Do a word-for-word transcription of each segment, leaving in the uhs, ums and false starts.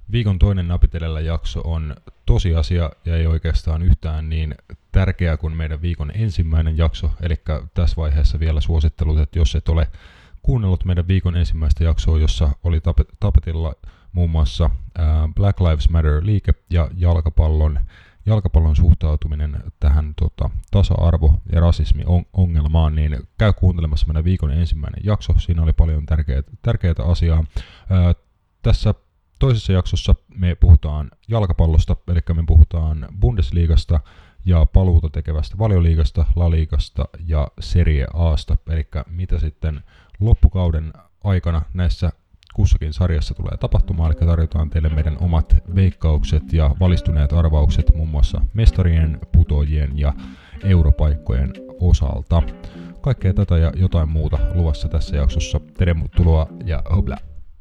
Viikon toinen Napitelellä jakso on tosiasia ja ei oikeastaan yhtään niin tärkeä kuin meidän viikon ensimmäinen jakso. Eli tässä vaiheessa vielä suosittelut, että jos et ole kuunnellut meidän viikon ensimmäistä jaksoa, jossa oli tapetilla muun muassa Black Lives Matter-liike ja jalkapallon, jalkapallon suhtautuminen tähän tota, tasa-arvo- ja rasismi-ongelmaan, niin käy kuuntelemassa meidän viikon ensimmäinen jakso. Siinä oli paljon tärkeitä, tärkeitä asiaa. Ää, tässä toisessa jaksossa me puhutaan jalkapallosta, eli me puhutaan Bundesliigasta ja paluuta tekevästä Valioliigasta, La Ligasta ja Serie A:sta, eli mitä sitten loppukauden aikana näissä kussakin sarjassa tulee tapahtumaan, eli tarjotaan teille meidän omat veikkaukset ja valistuneet arvaukset muun muassa mestarien, putoajien ja europaikkojen osalta. Kaikkea tätä ja jotain muuta luvassa tässä jaksossa. Tervetuloa ja hopla!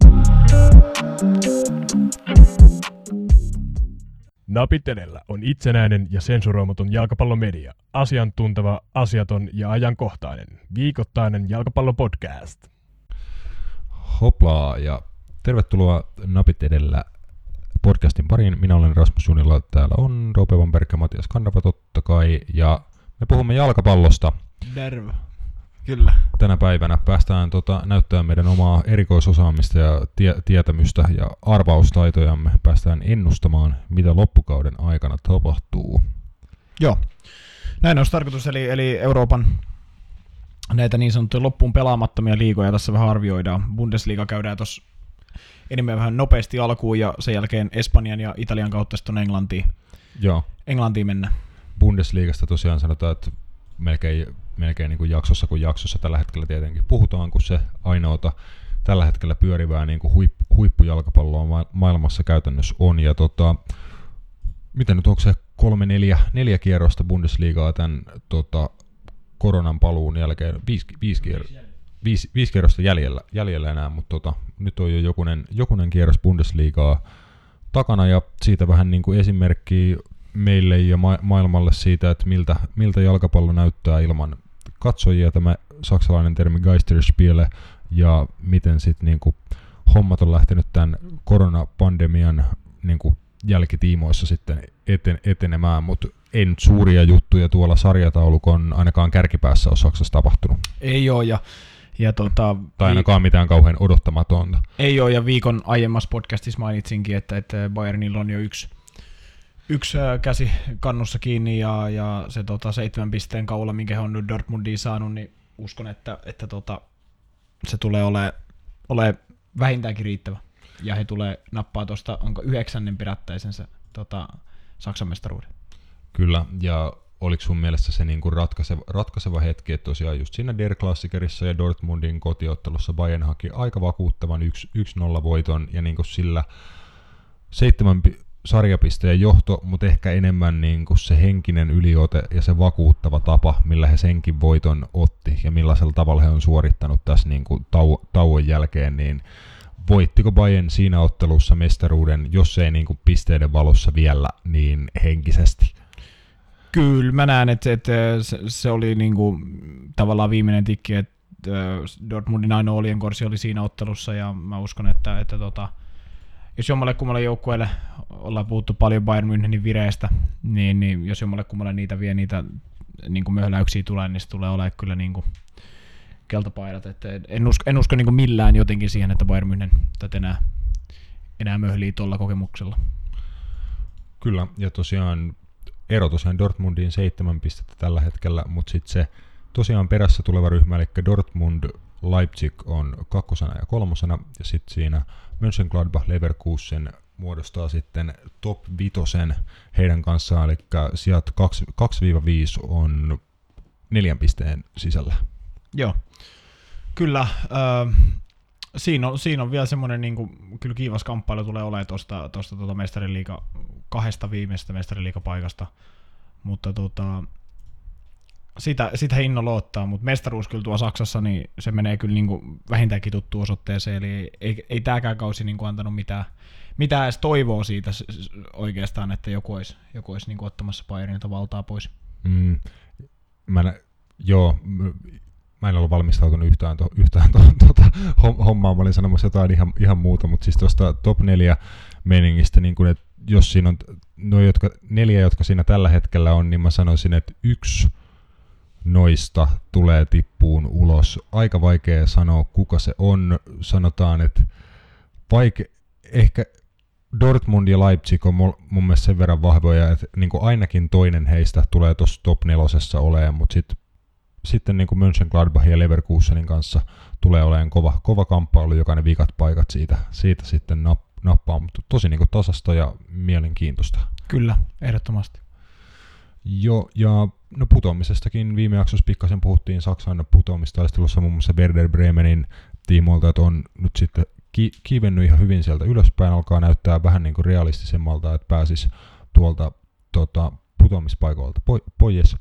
Napitelellä on itsenäinen ja sensuroimaton jalkapallomedia. Asiantunteva, asiaton ja ajankohtainen. Viikoittainen jalkapallopodcast. Hoplaa ja tervetuloa Napit edellä podcastin pariin. Minä olen Rasmus Junila, täällä on Roope Vanberg ja Matias Kanrava totta kai. Ja me puhumme jalkapallosta. Terve. Kyllä. Tänä päivänä päästään tota, näyttämään meidän omaa erikoisosaamista ja tie- tietämystä ja arvaustaitojamme. Päästään ennustamaan, mitä loppukauden aikana tapahtuu. Joo, näin olisi tarkoitus, eli, eli Euroopan näitä niin sanottuja loppuun pelaamattomia liigoja tässä vähän arvioidaan. Bundesliga käydään tuossa enemmän vähän nopeasti alkuun ja sen jälkeen Espanjan ja Italian kautta sitten Englantiin. Joo. Englantiin mennään. Bundesliigasta tosiaan sanotaan, että melkein, melkein niin kuin jaksossa kuin jaksossa tällä hetkellä tietenkin puhutaan, kun se ainoata tällä hetkellä pyörivää niin kuin huippu, huippujalkapalloa ma- maailmassa käytännössä on. Ja tota, miten nyt, onko se kolme, neljä, neljä kierrosta Bundesliigaa tämän tota, koronan paluun jälkeen, viisi, viisi, kier- viisi, viisi kierrosta jäljellä, jäljellä enää, mutta tota, nyt on jo jokunen, jokunen kierros Bundesliigaa takana ja siitä vähän niin kuin esimerkkiä meille ja ma- maailmalle siitä, että miltä, miltä jalkapallo näyttää ilman katsojia, tämä saksalainen termi Geisterspiele, ja miten sitten niinku hommat on lähtenyt tämän koronapandemian niinku jälkitiimoissa sitten eten, etenemään, mutta ei nyt suuria juttuja tuolla sarjataulukon ainakaan kärkipäässä ole Saksassa tapahtunut. Ei ole, ja, ja tota, tai ainakaan mitään kauhean odottamatonta. Ei ole, ja viikon aiemmassa podcastissa mainitsinkin, että, että Bayernilla on jo yksi Yksi käsi kannussa kiinni ja, ja se tota, seitsemän pisteen kaula, minkä he on nyt Dortmundiin saanut, niin uskon, että, että tota, se tulee olemaan ole vähintäänkin riittävä. Ja he tulee nappaa tuosta, onko yhdeksännen perättäisensä tota, Saksan mestaruuden. Kyllä, ja oliko sun mielestä se niinku ratkaiseva, ratkaiseva hetki, että tosiaan just siinä Der Klassikerissa ja Dortmundin kotiottelussa Bayern haki aika vakuuttavan yksi nolla voiton ja niinku sillä seitsemän sarjapisteen johto, mutta ehkä enemmän niin kuin se henkinen yliote ja se vakuuttava tapa, millä he senkin voiton otti ja millaisella tavalla he on suorittanut tässä niin kuin tau- tauon jälkeen, niin voittiko Bayern siinä ottelussa mestaruuden, jos ei niin kuin pisteiden valossa vielä, niin henkisesti? Kyllä, mä näen, että, että se, se oli niin kuin tavallaan viimeinen tikki, että Dortmundin ainoa oljenkorsi oli siinä ottelussa ja mä uskon, että, että tota, jos jommalle kummalle joukkueelle, ollaan puhuttu paljon Bayern Münchenin vireestä, niin, niin jos jommalle kummalle niitä vie niitä niin kuin möhläyksiä tulee, niin se tulee olemaan kyllä niin kuin keltapaidat. Että en usko, en usko niin kuin millään jotenkin siihen, että Bayern München tätä enää, enää möhlii tuolla kokemuksella. Kyllä, ja tosiaan ero tosiaan Dortmundiin seitsemän pistettä tällä hetkellä, mutta sitten se tosiaan perässä tuleva ryhmä, eli Dortmund, Leipzig on kakkosena ja kolmosena, ja sitten siinä Mönchengladbach, Leverkusen muodostaa sitten top vitosen heidän kanssaan, eli sijat kaksi viisi on neljän pisteen sisällä. Joo, kyllä. Äh, siinä, on, siinä on vielä semmoinen, niin kuin, kyllä kiivas kamppailu tulee olemaan tuosta tuota mestariliiga, kahdesta viimeisestä mestariliigapaikasta, mutta tota, sitä, sitä innolla ottaa, mutta mestaruus kyllä tuo Saksassa, niin se menee kyllä niin kuin vähintäänkin tuttuun osoitteeseen, eli ei, ei tämäkään kausi niin kuin antanut mitään, mitään edes toivoa siitä oikeastaan, että joku olisi, joku olisi niin kuin ottamassa Bayernilta valtaa pois. Mm, mä nä- joo, mä en ollut valmistautunut yhtään, to, yhtään to, tuota hommaa, mä olin sanomassa jotain ihan, ihan muuta, mutta siis tuosta top neljä meningistä, niin kuin, että jos siinä on no, jotka, neljä, jotka siinä tällä hetkellä on, niin mä sanoisin, että yksi noista tulee tippuun ulos. Aika vaikea sanoa, kuka se on. Sanotaan, että vaike, ehkä Dortmund ja Leipzig on mun mielestä sen verran vahvoja, että niin kuin ainakin toinen heistä tulee tuossa top nelosessa olemaan, mutta sit, sitten niin kuin Mönchengladbach ja Leverkusenin kanssa tulee olemaan kova, kova kamppailu, joka ne vikat paikat siitä, siitä sitten napp, nappaa, mutta tosi niin kuin tasasta ja mielenkiintoista. Kyllä, ehdottomasti. Joo, ja no putoamisestakin viime jaksossa pikkasen puhuttiin Saksan putoamistaistelussa muun muassa Werder Bremenin tiimoilta, että on nyt sitten ki- kivennyt ihan hyvin sieltä ylöspäin, alkaa näyttää vähän niin kuin realistisemmalta, että pääsisi tuolta tota, putoamispaikoilta po- pois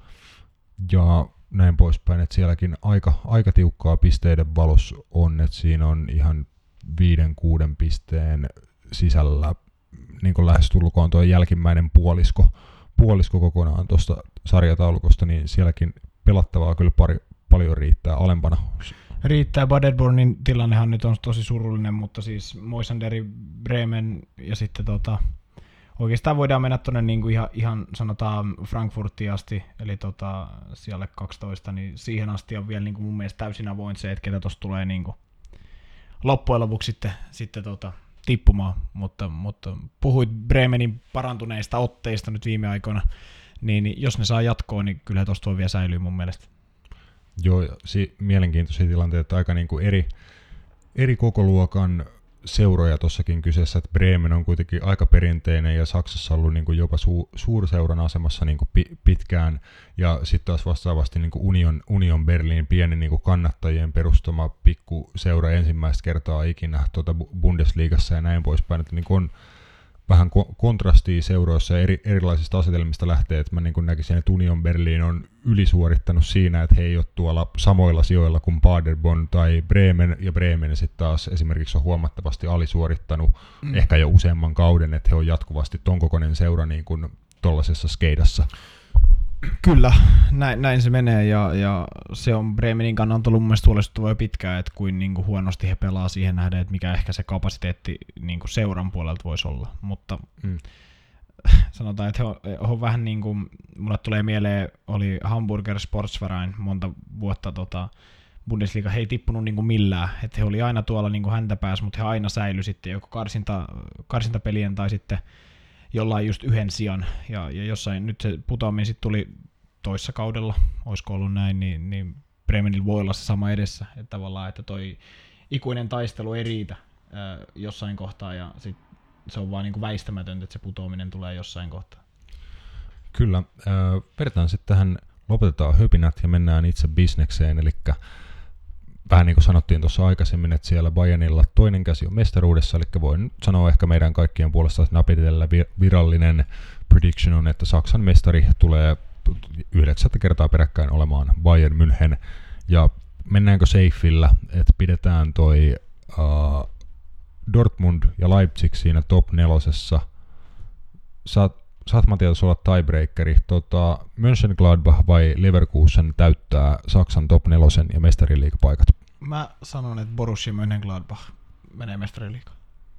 ja näin poispäin, että sielläkin aika, aika tiukkaa pisteiden valossa on, että siinä on ihan viiden, kuuden pisteen sisällä niin kuin lähestulkoon tuo jälkimmäinen puolisko, puolisko kokonaan tuosta sarjataulukosta, niin sielläkin pelattavaa kyllä pari, paljon riittää alempana. Riittää. Paderbornin tilannehan nyt on tosi surullinen, mutta siis Moisanderi, Bremen ja sitten tota, oikeastaan voidaan mennä tuonne niinku ihan, ihan sanotaan Frankfurtiin asti, eli tota, siellä kaksitoista, niin siihen asti on vielä niinku mun mielestä täysin avoin se, että ketä tuossa tulee niinku loppujen lopuksi sitten, sitten tota, tippumaan, mutta, mutta puhuit Bremenin parantuneista otteista nyt viime aikoina, niin jos ne saa jatkoa, niin kyllä tuosta voi vielä säilyä mun mielestä. Joo, si- mielenkiintoisia tilanteita, aika niin kuin eri, eri kokoluokan seuroja tuossakin kyseessä, että Bremen on kuitenkin aika perinteinen ja Saksassa ollut niin kuin jopa su- suurseuran asemassa niin kuin pi- pitkään, ja sitten taas vastaavasti niin kuin Union, Union Berlin, pieni niin kuin kannattajien perustama pikku seura ensimmäistä kertaa ikinä tuota Bundesliigassa ja näin poispäin, että niin kuin on vähän ko- kontrastia seuroissa ja eri, erilaisista asetelmista lähtee, että mä niin kuin näkisin, että Union Berlin on ylisuorittanut siinä, että he ei ole tuolla samoilla sijoilla kuin Paderborn tai Bremen, ja Bremen sitten taas esimerkiksi on huomattavasti alisuorittanut mm. ehkä jo useamman kauden, että he on jatkuvasti ton kokoinen seura niin kuin tollasessa skeidassa. Kyllä, näin, näin se menee, ja, ja se on Bremenin kannalta ollut mun mielestä huolestuttavaa jo pitkään, että kuin, niin kuin huonosti he pelaa siihen nähden, että mikä ehkä se kapasiteetti niin kuin seuran puolelta voisi olla, mutta mm. sanotaan, että he on, he on vähän niin kuin, mulle tulee mieleen, oli Hamburger Sportsverein monta vuotta tota, Bundesliga, he ei tippunut niin kuin millään, että he oli aina tuolla niin kuin häntä päässä, mutta he aina säilyi sitten joko karsinta, karsintapelien tai sitten jollain just yhden sijan, ja, ja jossain nyt se putoaminen sitten tuli toissa kaudella, olisiko ollut näin, niin, niin Bremenillä voi olla se sama edessä, että tavallaan, että toi ikuinen taistelu ei riitä ää, jossain kohtaa, ja sit se on vaan niinku väistämätöntä, että se putoaminen tulee jossain kohtaa. Kyllä, äh, vedetään sitten tähän, lopetetaan höpinät ja mennään itse bisnekseen, eli vähän niin kuin sanottiin tuossa aikaisemmin, että siellä Bayernilla toinen käsi on mestaruudessa, eli voin sanoa ehkä meidän kaikkien puolesta, että napitellä virallinen prediction on, että Saksan mestari tulee yhdeksättä kertaa peräkkäin olemaan Bayern München, ja mennäänkö safeillä, että pidetään toi uh, Dortmund ja Leipzig siinä top nelosessa. Saat, saat Matias olla tiebreakeri. Tota, Mönchengladbach vai Leverkusen täyttää Saksan top nelosen ja mestariliigapaikat? Mä sanon, että Borussia Mönchengladbach menee mestariliigaan.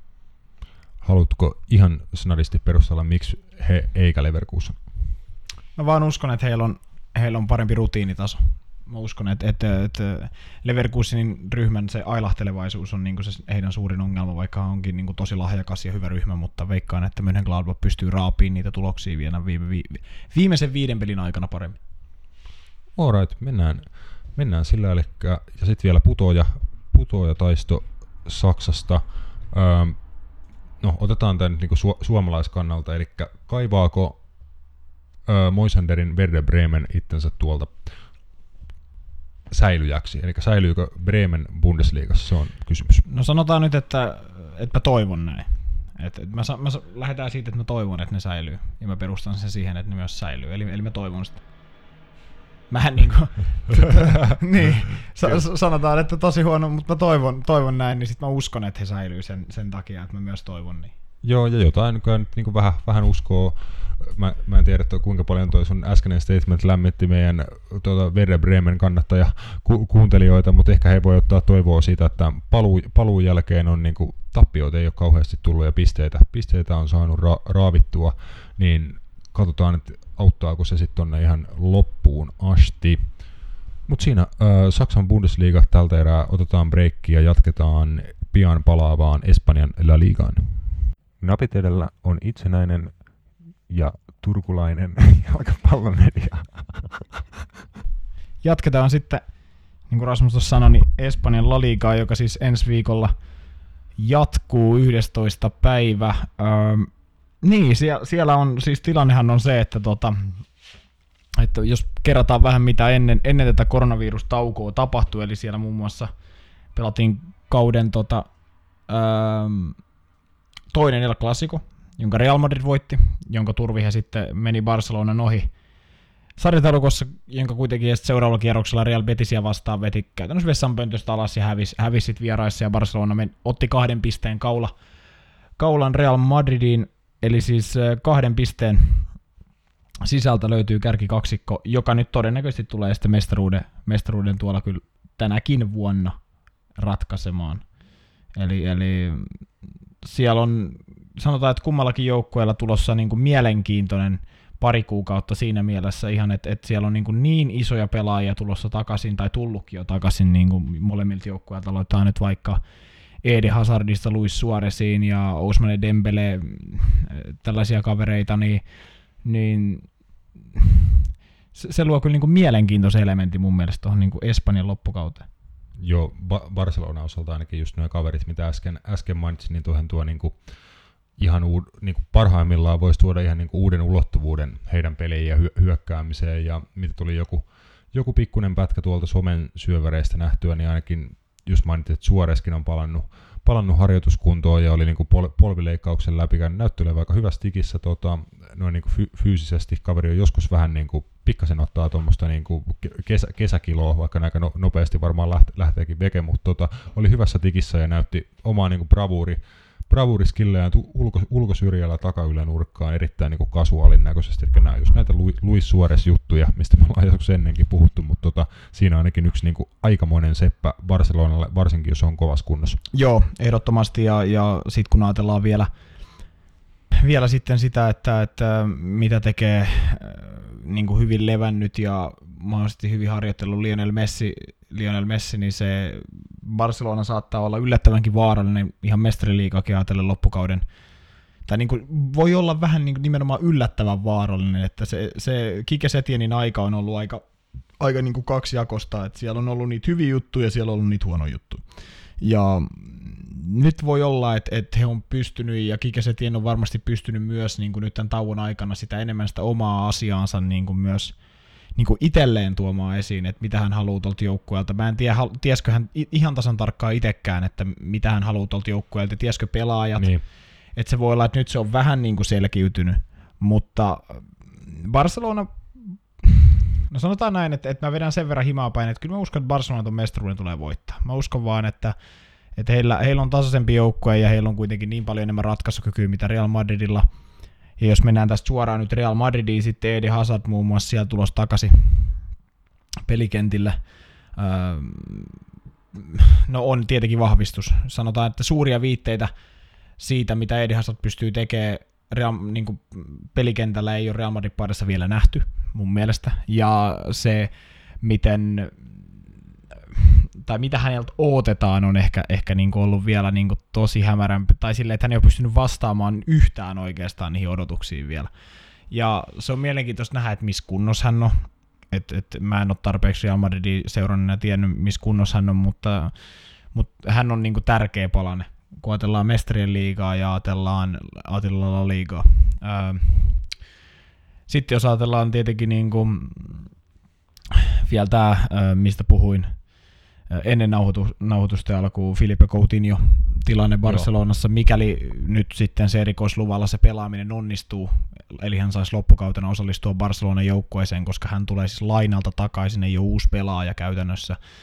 Haluatko ihan snadisti perustella, miksi he eikä Leverkusen? Mä vaan uskon, että heillä on, heillä on parempi rutiinitaso. Mä uskon, että, että, että Leverkusenin ryhmän se ailahtelevaisuus on niin se heidän suurin ongelma, vaikka onkin niin tosi lahjakas ja hyvä ryhmä, mutta veikkaan, että Mönchengladbach pystyy raapiin niitä tuloksia vielä viime, vi, viimeisen viiden pelin aikana paremmin. Alright, mennään, mennään sillä, eli ja sitten vielä putoaja, putoaja taisto Saksasta. Öö, no, otetaan tämä nyt niin su- suomalaiskannalta, eli kaivaako öö, Moisanderin Werder Bremen itsensä tuolta säilyjäksi, eli säilyykö Bremen Bundesliigassa, se on kysymys. No sanotaan nyt, että, että mä toivon näin. Että mä, mä lähdetään siitä, että mä toivon, että ne säilyy, ja mä perustan sen siihen, että ne myös säilyy, eli, eli mä toivon sitä. Mähän niinku, niin, sa- sanotaan, että tosi huono, mutta mä toivon, toivon näin, niin sit mä uskon, että he säilyy sen, sen takia, että mä myös toivon niin. Joo, ja jotain, joka nyt niin vähän, vähän uskoo. Mä, mä en tiedä, että kuinka paljon toi sun äskeinen statement lämmitti meidän tuota, Werder Bremen kannattaja ku, kuuntelijoita, mutta ehkä he voi ottaa toivoa siitä, että paluu, paluun jälkeen on niin kuin, tappioita ei ole kauheasti tullut ja pisteitä, pisteitä on saanut ra, raavittua, niin katsotaan, että auttaako se sitten tonne ihan loppuun asti. Mutta siinä äh, Saksan Bundesliga tältä erää otetaan breikki ja jatketaan pian palaavaan Espanjan La Ligaan. Napit edellä on itsenäinen ja turkulainen jalkapallomedia. Jatketaan sitten, niin kuin Rasmus tuossa sanoi, niin Espanjan La Ligaa, joka siis ensi viikolla jatkuu yhdestoista päivä. Öö, niin, siellä, siellä on, siis tilannehan on se, että, tota, että jos kerrataan vähän mitä ennen, ennen tätä koronavirustaukoa tapahtui, eli siellä muun muassa pelattiin kauden tota, öö, toinen El Clasico, jonka Real Madrid voitti, jonka turvi he sitten meni Barcelonan ohi sarjataulukossa, jonka kuitenkin seuraavalla kierroksella Real Betisia vastaan veti käytännössä vessanpöntöstä alas ja hävisi, hävisi sitten vieraissa, ja Barcelona men, otti kahden pisteen kaula, kaulan Real Madridiin, eli siis kahden pisteen sisältä löytyy kärkikaksikko, joka nyt todennäköisesti tulee sitten mestaruuden, mestaruuden tuolla kyllä tänäkin vuonna ratkaisemaan. Eli, eli siellä on, sanotaan, että kummallakin joukkueella tulossa niin kuin mielenkiintoinen pari kuukautta siinä mielessä ihan, että, että siellä on niin, kuin niin isoja pelaajia tulossa takaisin, tai tullutkin jo takaisin niin kuin molemmilta joukkueilta. Aloitetaan nyt vaikka Eden Hazardista Luis Suaresiin ja Ousmane Dembele, tällaisia kavereita, niin, niin se, se luo kyllä niin kuin mielenkiintoisen elementin mun mielestä tuohon niin kuin Espanjan loppukauteen. Joo, ba- Barcelona osalta ainakin just nuo kaverit, mitä äsken, äsken mainitsin, niin tuohon tuo niinku ihan uud, niinku parhaimmillaan voisi tuoda ihan niinku uuden ulottuvuuden heidän peliin ja hy- hyökkäämiseen, ja mitä tuli joku, joku pikkuinen pätkä tuolta somen syöväreistä nähtyä, niin ainakin just mainitsin, että Suareskin on palannut, palannut harjoituskuntoon ja oli niinku pol- polvileikkauksen läpi, näyttelee vaikka hyvässä tikissä tota, noin niinku fy- fyysisesti, kaveri on joskus vähän niinku pikkasen ottaa tuommoista niinku kesä, kesäkiloa, vaikka aika no, nopeasti varmaan läht, lähteekin veke, mutta tota, oli hyvässä tikissä ja näytti omaa niinku bravuuri, bravuuriskillejään ulko, ulkosyrjällä takaylänurkkaan erittäin niinku kasuaalin näköisesti, eli nämä just näitä Luis Suarez-juttuja, mistä me ollaan joskus ennenkin puhuttu, mutta tota, siinä on ainakin yksi niinku aikamoinen seppä Barcelonalle, varsinkin jos on kovassa kunnossa. Joo, ehdottomasti, ja, ja sitten kun ajatellaan vielä, vielä sitten sitä, että, että mitä tekee niin kuin hyvin levännyt ja mahdollisesti hyvin harjoitellut Lionel Messi, Lionel Messi, niin se Barcelona saattaa olla yllättävänkin vaarallinen ihan mestariliigakin ajatellen loppukauden. Tai niin kuin voi olla vähän niin kuin nimenomaan yllättävän vaarallinen, että se, se Kike Setienin aika on ollut aika, aika niin kuin kaksijakosta, että siellä on ollut niitä hyviä juttuja ja siellä on ollut niitä huonoja juttuja. Ja nyt voi olla, että, että he on pystynyt, ja Kike Setien on varmasti pystynyt myös niin kuin nyt tämän tauon aikana sitä enemmän sitä omaa asiaansa niin kuin myös niin kuin itselleen tuomaan esiin, että mitä hän haluaa tuolta joukkueelta. Mä en tiedä, tiesikö hän ihan tasan tarkkaan itsekään, että mitä hän haluaa tuolta joukkueelta, tiesikö pelaajat, niin. Että se voi olla, että nyt se on vähän niin kuin selkiytynyt, mutta Barcelona, no sanotaan näin, että, että mä vedän sen verran himaa päin, että kyllä mä uskon, että Barcelona ton mestaruuden tulee voittaa. Mä uskon vaan, että, että heillä, heillä on tasaisempi joukkue ja heillä on kuitenkin niin paljon enemmän ratkaisukykyä, mitä Real Madridilla. Ja jos mennään tästä suoraan nyt Real Madridiin, sitten Eden Hazard muun muassa siellä tulossa takaisin pelikentille. Öö, no on tietenkin vahvistus. Sanotaan, että suuria viitteitä siitä, mitä Eden Hazard pystyy tekemään Real, niin kuin pelikentällä, ei ole Real Madrid-paidassa vielä nähty mun mielestä. Ja se, miten, tai mitä häneltä odotetaan, on ehkä, ehkä niin kuin ollut vielä niin kuin tosi hämärämpi, tai silleen, että hän ei ole pystynyt vastaamaan yhtään oikeastaan niihin odotuksiin vielä. Ja se on mielenkiintoista nähdä, että missä kunnossa hän on. Et, et, mä en ole tarpeeksi Real Madridin seurannut ja tiennyt, missä kunnossa hän on, mutta, mutta hän on niin kuin tärkeä palanen, kun ajatellaan mestarien liigaa ja ajatellaan, ajatellaan La Ligaa. Öö, sitten jos ajatellaan tietenkin niin kuin vielä tämä, mistä puhuin ennen nauhoitusten alkuun, Filipe Coutinho tilanne Barcelonassa, Joo. mikäli nyt sitten se erikoisluvalla se pelaaminen onnistuu, eli hän saisi loppukautena osallistua Barcelonan joukkueeseen, koska hän tulee siis lainalta takaisin, ei ole uusi pelaaja käytännössä,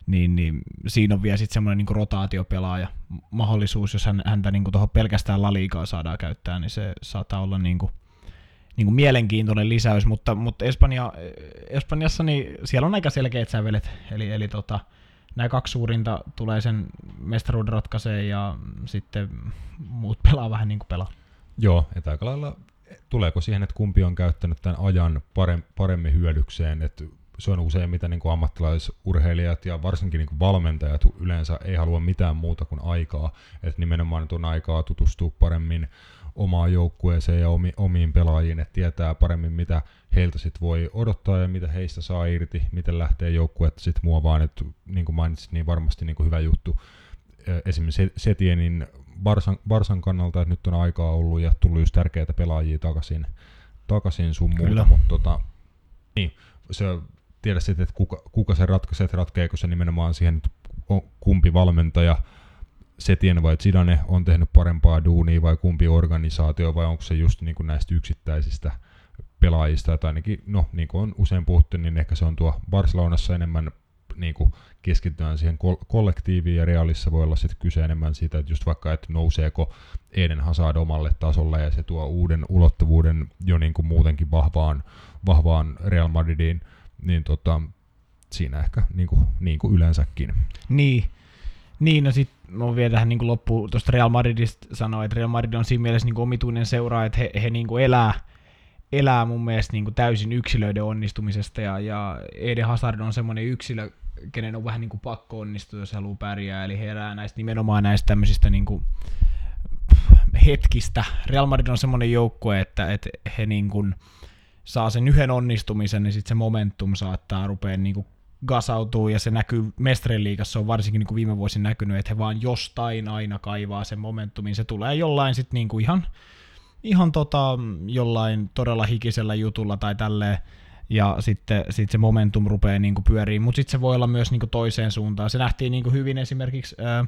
niin, niin siinä on vielä sitten semmoinen niin rotaatiopelaaja mahdollisuus, jos hän, häntä niin tuohon pelkästään La Ligaa saadaan käyttää, niin se saattaa olla niin kuin, niin kuin mielenkiintoinen lisäys, mutta, mutta Espanja, Espanjassa niin siellä on aika selkeät sävelet, eli, eli tota, nämä kaksi suurinta tulee sen mestaruuden ratkaiseen ja sitten muut pelaa vähän niin kuin pelaa. Joo, että aika lailla tuleeko siihen, että kumpi on käyttänyt tämän ajan paremmin hyödykseen, että se on useimmiten niin kuin ammattilaisurheilijat ja varsinkin niin kuin valmentajat yleensä ei halua mitään muuta kuin aikaa, että nimenomaan nyt on aikaa tutustua paremmin omaan joukkueeseen ja omi, omiin pelaajiin, että tietää paremmin, mitä heiltä sit voi odottaa ja mitä heistä saa irti, miten lähtee joukkuetta sitten muovaan, että niin kuin mainitsit, niin varmasti niin kuin hyvä juttu esimerkiksi Setienin Barsan, Barsan kannalta, että nyt on aikaa ollut ja tullut just tärkeitä pelaajia takaisin, takaisin sun muuta, mutta tota, niin, se tiedä sitten, että kuka, kuka se ratkaisee, että ratkeeko se nimenomaan siihen, että kumpi valmentaja, Setien vai Zidane on tehnyt parempaa duunia vai kumpi organisaatio vai onko se just niin kuin näistä yksittäisistä pelaajista, tai ainakin, no niin kuin on usein puhuttu, niin ehkä se on tuo Barcelonassa enemmän niin kuin keskitytään siihen kollektiiviin ja Realissa voi olla sitten kyse enemmän siitä, että just vaikka, että nouseeko Eden Hazard omalle tasolle ja se tuo uuden ulottuvuuden jo niin kuin muutenkin vahvaan, vahvaan Real Madridiin, niin tota, siinä ehkä niin kuin, niin kuin yleensäkin. Niin, niin no sitten mä vielä tähän niin loppuun tuosta Real Madridista sanoa, että Real Madrid on siinä mielessä niin omituinen seura, että he, he niin elää, elää mun mielestä niin täysin yksilöiden onnistumisesta ja, ja Eden Hazard on semmoinen yksilö, kenen on vähän niin kuin pakko onnistua, jos haluaa pärjää, eli he elää näistä, nimenomaan näistä tämmöisistä niin kuin hetkistä. Real Madrid on semmoinen joukkue, että, että he niin kuin saa sen yhden onnistumisen, niin sitten se momentum saattaa rupea niin kuin gasautuu, ja se näkyy Mestarien liigassa, on varsinkin niin kuin viime vuosina näkynyt, että he vaan jostain aina kaivaa sen momentumin, se tulee jollain sitten niin kuin ihan, ihan tota, jollain todella hikisellä jutulla tai tälleen, ja sitten sit se momentum rupeaa niin kuin pyöriin, mutta sitten se voi olla myös niin kuin toiseen suuntaan. Se nähtiin niin kuin hyvin esimerkiksi ää,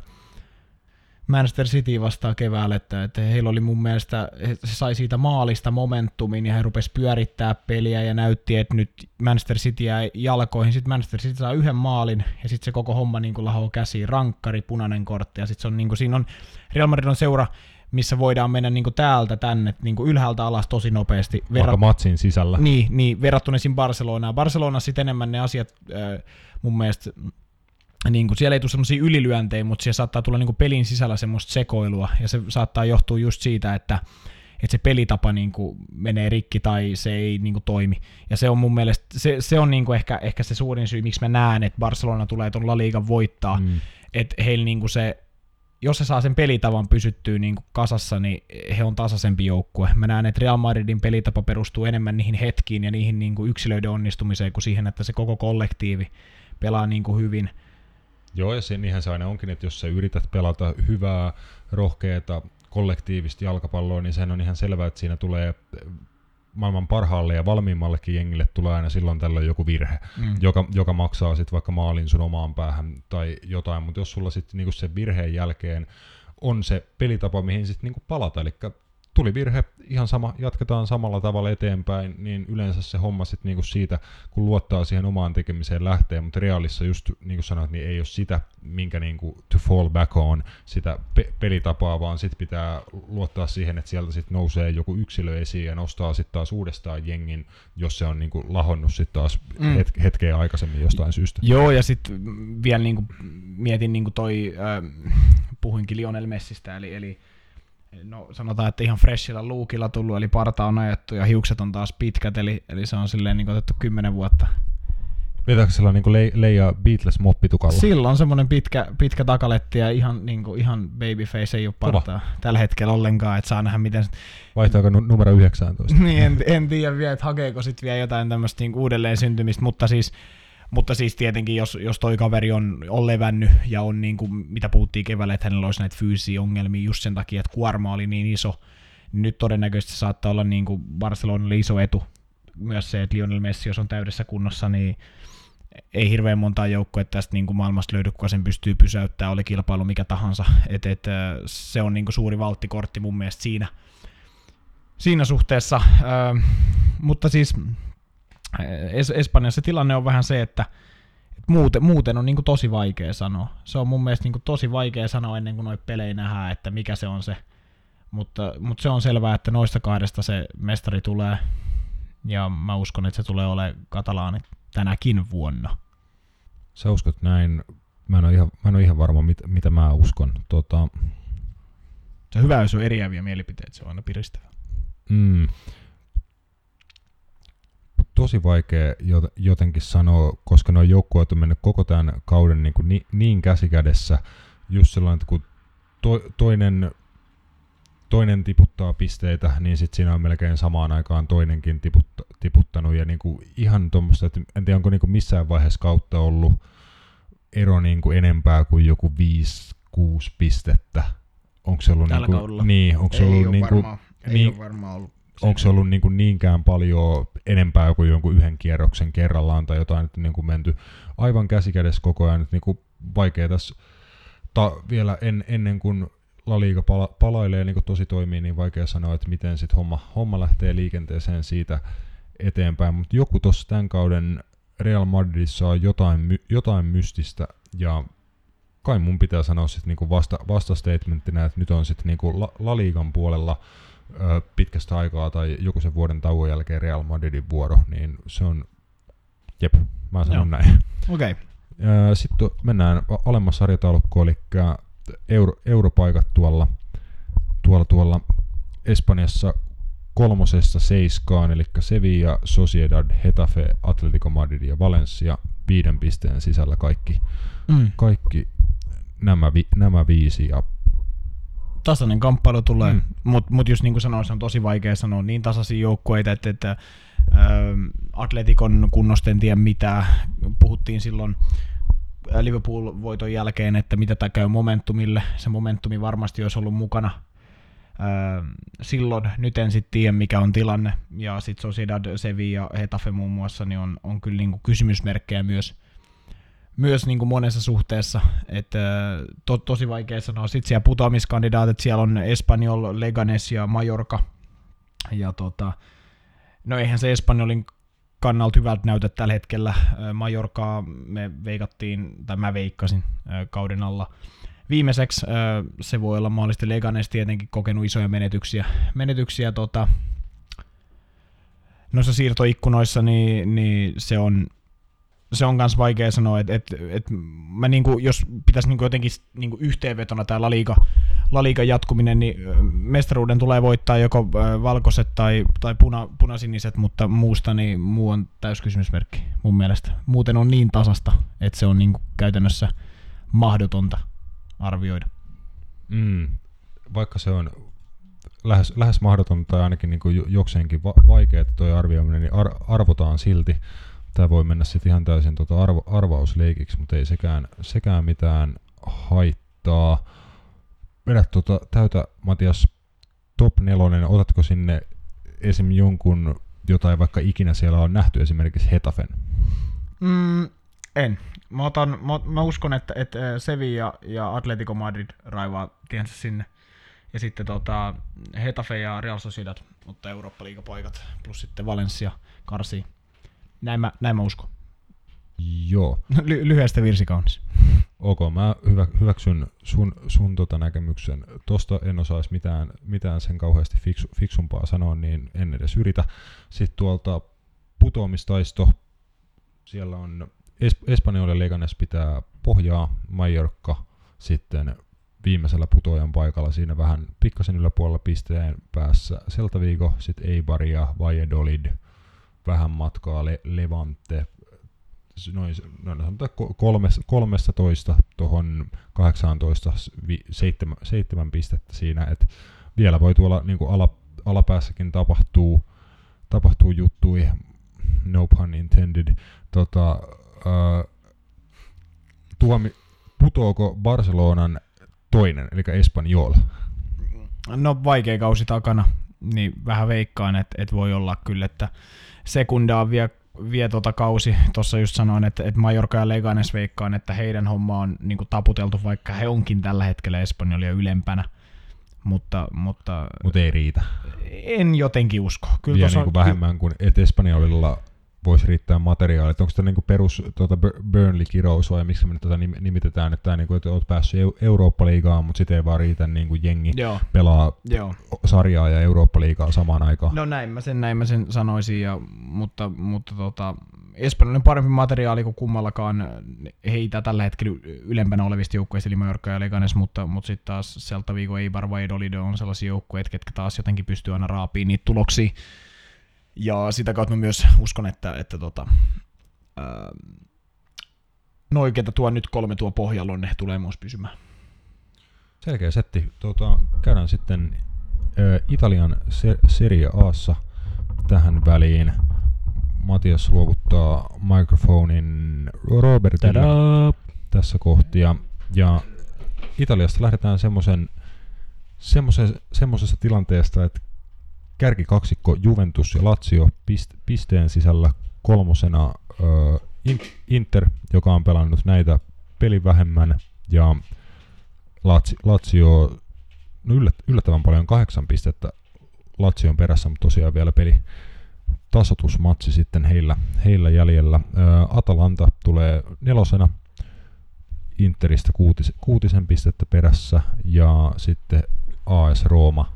Manchester City vastaan keväällä, että, että heillä oli mun mielestä, se sai siitä maalista momentumin ja he rupesi pyörittää peliä ja näytti, että nyt Manchester City jäi jalkoihin, sitten Manchester City saa yhden maalin ja sitten se koko homma niin kuin lahoo käsiin, rankkari, punainen kortti ja sitten se on niin kuin, siinä on, Real Madrid on seura, missä voidaan mennä niin kuin täältä tänne, niin kuin ylhäältä alas tosi nopeasti. Vaikka Verrat- matsin sisällä. Niin, niin verrattuna esim. Barcelonaan. Barcelonassa sitten enemmän ne asiat äh, mun mielestä, niin kuin siellä ei tule semmoisia ylilyöntejä, mutta siellä saattaa tulla niin kuin pelin sisällä semmoista sekoilua, ja se saattaa johtua just siitä, että, että se pelitapa niin kuin menee rikki tai se ei niin kuin toimi. Ja se on mun mielestä, se, se on niin kuin ehkä, ehkä se suurin syy, miksi mä näen, että Barcelona tulee tuon La Ligan voittaa, mm. että heillä niin kuin se, jos se saa sen pelitavan pysyttyä niin kuin kasassa, niin he on tasaisempi joukkue. Mä näen, että Real Madridin pelitapa perustuu enemmän niihin hetkiin ja niihin niin kuin yksilöiden onnistumiseen kuin siihen, että se koko kollektiivi pelaa niin kuin hyvin. Joo, ja se, niinhän se aina onkin, että jos sä yrität pelata hyvää, rohkeata, kollektiivista jalkapalloa, niin sehän on ihan selvää, että siinä tulee maailman parhaalle ja valmiimmallekin jengille tulee aina silloin tällöin joku virhe, mm. joka, joka maksaa sitten vaikka maalin sun omaan päähän tai jotain, mutta jos sulla sitten niinku sen virheen jälkeen on se pelitapa, mihin sitten niinku palata, eli tuli virhe, ihan sama, jatketaan samalla tavalla eteenpäin, niin yleensä se homma sitten niinku siitä, kun luottaa siihen omaan tekemiseen lähtee, mutta Realissa just niin kuin sanoit, niin ei ole sitä, minkä niinku to fall back on, sitä pe- pelitapaa, vaan sitten pitää luottaa siihen, että sieltä sitten nousee joku yksilö esiin ja nostaa sitten taas uudestaan jengin, jos se on niinku lahonnut sitten taas mm. het- hetkeä aikaisemmin jostain syystä. Joo, ja sitten vielä niinku mietin niinku toi, äh, puhuinkin Lionel Messistä, eli, eli no sanotaan, että ihan freshillä luukilla tullut, eli parta on ajettu ja hiukset on taas pitkät, eli, eli se on silleen niin otettu kymmenen vuotta. Vetääkö sillä niin le- Leija Beatles moppitukalla? Sillä on semmoinen pitkä, pitkä takaletti ja ihan, niin kuin, ihan babyface, ei ole partaa tällä hetkellä ollenkaan, että saa nähdä miten... Vaihtaako nu- numero yhdeksäntoista? niin, en, en tiedä vielä, että hakeeko sitten vielä jotain tämmöistä niin uudelleen syntymistä, mutta siis... Mutta siis tietenkin, jos, jos toi kaveri on, on levännyt ja on niin kuin, mitä puhuttiin keväällä, että hänellä olisi näitä fyysisiä ongelmia just sen takia, että kuorma oli niin iso, niin nyt todennäköisesti saattaa olla niin kuin Barcelonalle iso etu. Myös se, että Lionel Messi, jos on täydessä kunnossa, niin ei hirveän montaa joukkuetta tästä niin kuin maailmasta löydy, kuka sen pystyy pysäyttämään, oli kilpailu mikä tahansa. Et, et, se on niin kuin suuri valttikortti mun mielestä siinä, siinä suhteessa. Ö, mutta siis... Es- Espanjassa tilanne on vähän se, että Muuten, muuten on niinku tosi vaikea sanoa. Se on mun mielestä niinku tosi vaikea sanoa ennen kuin noita pelejä nähdään, että mikä se on se. Mutta, mutta se on selvää, että noista kahdesta se mestari tulee. Ja mä uskon, että se tulee olemaan katalaanit tänäkin vuonna. Sä uskot näin? Mä en ole ihan, mä en ole ihan varma, mit, mitä mä uskon. Tota... Se on hyvä, jos on eriäviä mielipiteitä, se on aina piristävä. Mm. Tosi vaikea jotenkin sanoa, koska nuo joukkueet on mennyt koko tämän kauden niin, kuin niin, niin käsikädessä. Just sellainen, että kun to, toinen, toinen tiputtaa pisteitä, niin sitten siinä on melkein samaan aikaan toinenkin tiputta, tiputtanut. Ja niin kuin ihan tuommoista, että en tiedä, onko niin kuin missään vaiheessa kautta ollut ero niin kuin enempää kuin joku viisi kuusi pistettä. Onko se ollut, tällä niin kuin, niin, onko se ei ollut ole niin kuin, varmaan, ei niin, ole varmaan ollut. Onko se ollut niin kuin niinkään paljon enempää kuin jonkun yhden kierroksen kerrallaan tai jotain, että niin kuin menty aivan käsikädessä koko ajan. Että niin kuin vaikea tässä ta, vielä en, ennen kuin La Liga pala, palailee niin kuin tosi toimii, niin vaikea sanoa, että miten sit homma, homma lähtee liikenteeseen siitä eteenpäin. Mutta joku tuossa tämän kauden Real Madridissa on jotain, my, jotain mystistä ja kai mun pitää sanoa sitten niinku vasta, vastastatementtina, että nyt on sitten niinku La, La Ligan puolella ö, pitkästä aikaa tai joku sen vuoden tauon jälkeen Real Madridin vuoro, niin se on, jep, mä sanon Joo. näin. Okei. Okay. Sitten mennään alemmas sarjataulukkoon, eli euro, europaikat tuolla, tuolla, tuolla Espanjassa kolmosesta seiskaan, eli Sevilla, Sociedad, Getafe, Atletico Madrid ja Valencia viiden pisteen sisällä kaikki, Mm. kaikki nämä, vi, nämä viisi. Ja Tasainen kamppailu tulee, Mm. mutta mut just niin kuin sanoin, se on tosi vaikea sanoa niin tasaisia joukkueita, että, että ä, Atletikon kunnosta en tiedä mitään. Puhuttiin silloin Liverpool-voiton jälkeen, että mitä tämä käy Momentumille. Se Momentumi varmasti olisi ollut mukana ä, silloin. Nyt en sitten tiedä, mikä on tilanne. Ja sitten Sociedad, Sevilla ja Getafe muun muassa niin on, on kyllä niin kuin kysymysmerkkejä myös. Myös niin kuin monessa suhteessa, että to, tosi vaikea sanoa. Sitten siellä putoamiskandidaatit, siellä on Espanyol, Leganes ja Mallorca. Ja tota, no eihän se Espanyolin kannalta hyvältä näytä tällä hetkellä. Mallorcaa me veikattiin, tai mä veikkasin kauden alla viimeiseksi. Se voi olla mahdollisesti Leganes tietenkin kokenut isoja menetyksiä. menetyksiä tota, noissa siirtoikkunoissa, niin, niin se on Se on myös vaikea sanoa, että et, et mä niinku, jos pitäisi niinku jotenkin niinku yhteenvetona tämä La Liga, La Ligan jatkuminen, niin mestaruuden tulee voittaa joko valkoiset tai, tai puna, punasiniset, mutta muusta niin muu on täyskysymysmerkki mun mielestä. Muuten on niin tasasta, että se on niinku käytännössä mahdotonta arvioida. mm, vaikka se on lähes, lähes mahdotonta tai ainakin niinku jokseenkin va- vaikeaa toi arvioiminen, niin ar- arvotaan silti. Tämä voi mennä sitten ihan täysin tota arvo, arvausleikiksi, mutta ei sekään, sekään mitään haittaa. Vedä tota, täytä, Matias, top nelonen. Otatko sinne esim. Jonkun, jota ei vaikka ikinä siellä on nähty, esimerkiksi Getafen? Mm, en. Mä, otan, mä, mä uskon, että, että Sevilla ja Atletico Madrid raivaa tiensä sinne. Ja sitten tota, Getafe ja Real Sociedad ottaa Eurooppa-liigapaikat, plus sitten Valencia karsii. Näin mä, näin mä uskon. Joo. Ly- lyhyestä virsi kaunis. Ok, mä hyvä, hyväksyn sun, sun tota näkemyksen. Tosta en osaisi mitään, mitään sen kauheasti fiksu, fiksumpaa sanoa, niin en edes yritä. Sitten tuolta putoamistaisto. Siellä on es- Espanyol ja Leganes pitää pohjaa, Mallorca sitten viimeisellä putoajan paikalla siinä vähän pikkasen yläpuolella pisteen päässä. Celta Vigo, sitten Eibar ja Valladolid. Vähän matkaa Le- Levante, noin, noin sanotaan kolmes, kolmestatoista tuohon kahdeksaantoista, vi, seitsemän, seitsemän pistettä siinä, että vielä voi tuolla niin kuin ala, alapäässäkin tapahtuu, tapahtuu juttuja, no pun intended. Tota, äh, tuomi, putoako Barcelonan toinen, eli Espanyol? No vaikea kausi takana, niin vähän veikkaan, että, että voi olla kyllä, että sekundaa vie, vie tota kausi. Tuossa just sanoin, että, että Mallorca ja Leganes veikkaan, että heidän homma on niin kuin taputeltu, vaikka he onkin tällä hetkellä Espanjolia ylempänä. Mutta, mutta Mut ei riitä. En jotenkin usko. Kyllä Vielä tossa niin kuin vähemmän kuin et Espanjolilla voisi riittää materiaalit. Onko tämä niinku perus tuota Burnley-kirous vai miksi me nyt tätä nimitetään, että, niinku, että olet päässyt Eurooppa-liigaan, mutta sitten ei vaan riitä niinku jengi Joo. pelaa Joo. sarjaa ja Eurooppa-liigaa samaan aikaan. No näin mä sen, näin mä sen sanoisin, ja, mutta, mutta tota, Espanjan parempi materiaali kuin kummallakaan heitä tällä hetkellä ylempänä olevista joukkueista, eli Mallorca ja Leganes, mutta, mutta sitten taas Celta Vigo, Eibar, Valladolid on sellaisia joukkueita, ketkä taas jotenkin pystyy aina raapiin niitä tuloksia. Ja sitä kautta mä myös uskon, että, että tota, ää, noi, ketä tuo nyt kolme tuo pohjalla on, ne tulee myös pysymään. Selkeä setti. Tuota, käydään sitten ä, Italian se- Serie A:ssa tähän väliin. Matias luovuttaa mikrofonin Robertille Tadaa! tässä kohtia. Ja Italiasta lähdetään semmoisen semmoisesta tilanteesta, että kärkikaksikko Juventus ja Lazio pist, pisteen sisällä kolmosena ö, Inter, joka on pelannut näitä pelin vähemmän, ja Lazio, Lazio no yllät, yllättävän paljon kahdeksan pistettä Lazion perässä, mutta tosiaan vielä peli tasoitusmatsi sitten heillä, heillä jäljellä. Ö, Atalanta tulee nelosena, Interistä kuutis, kuutisen pistettä perässä, ja sitten A S Rooma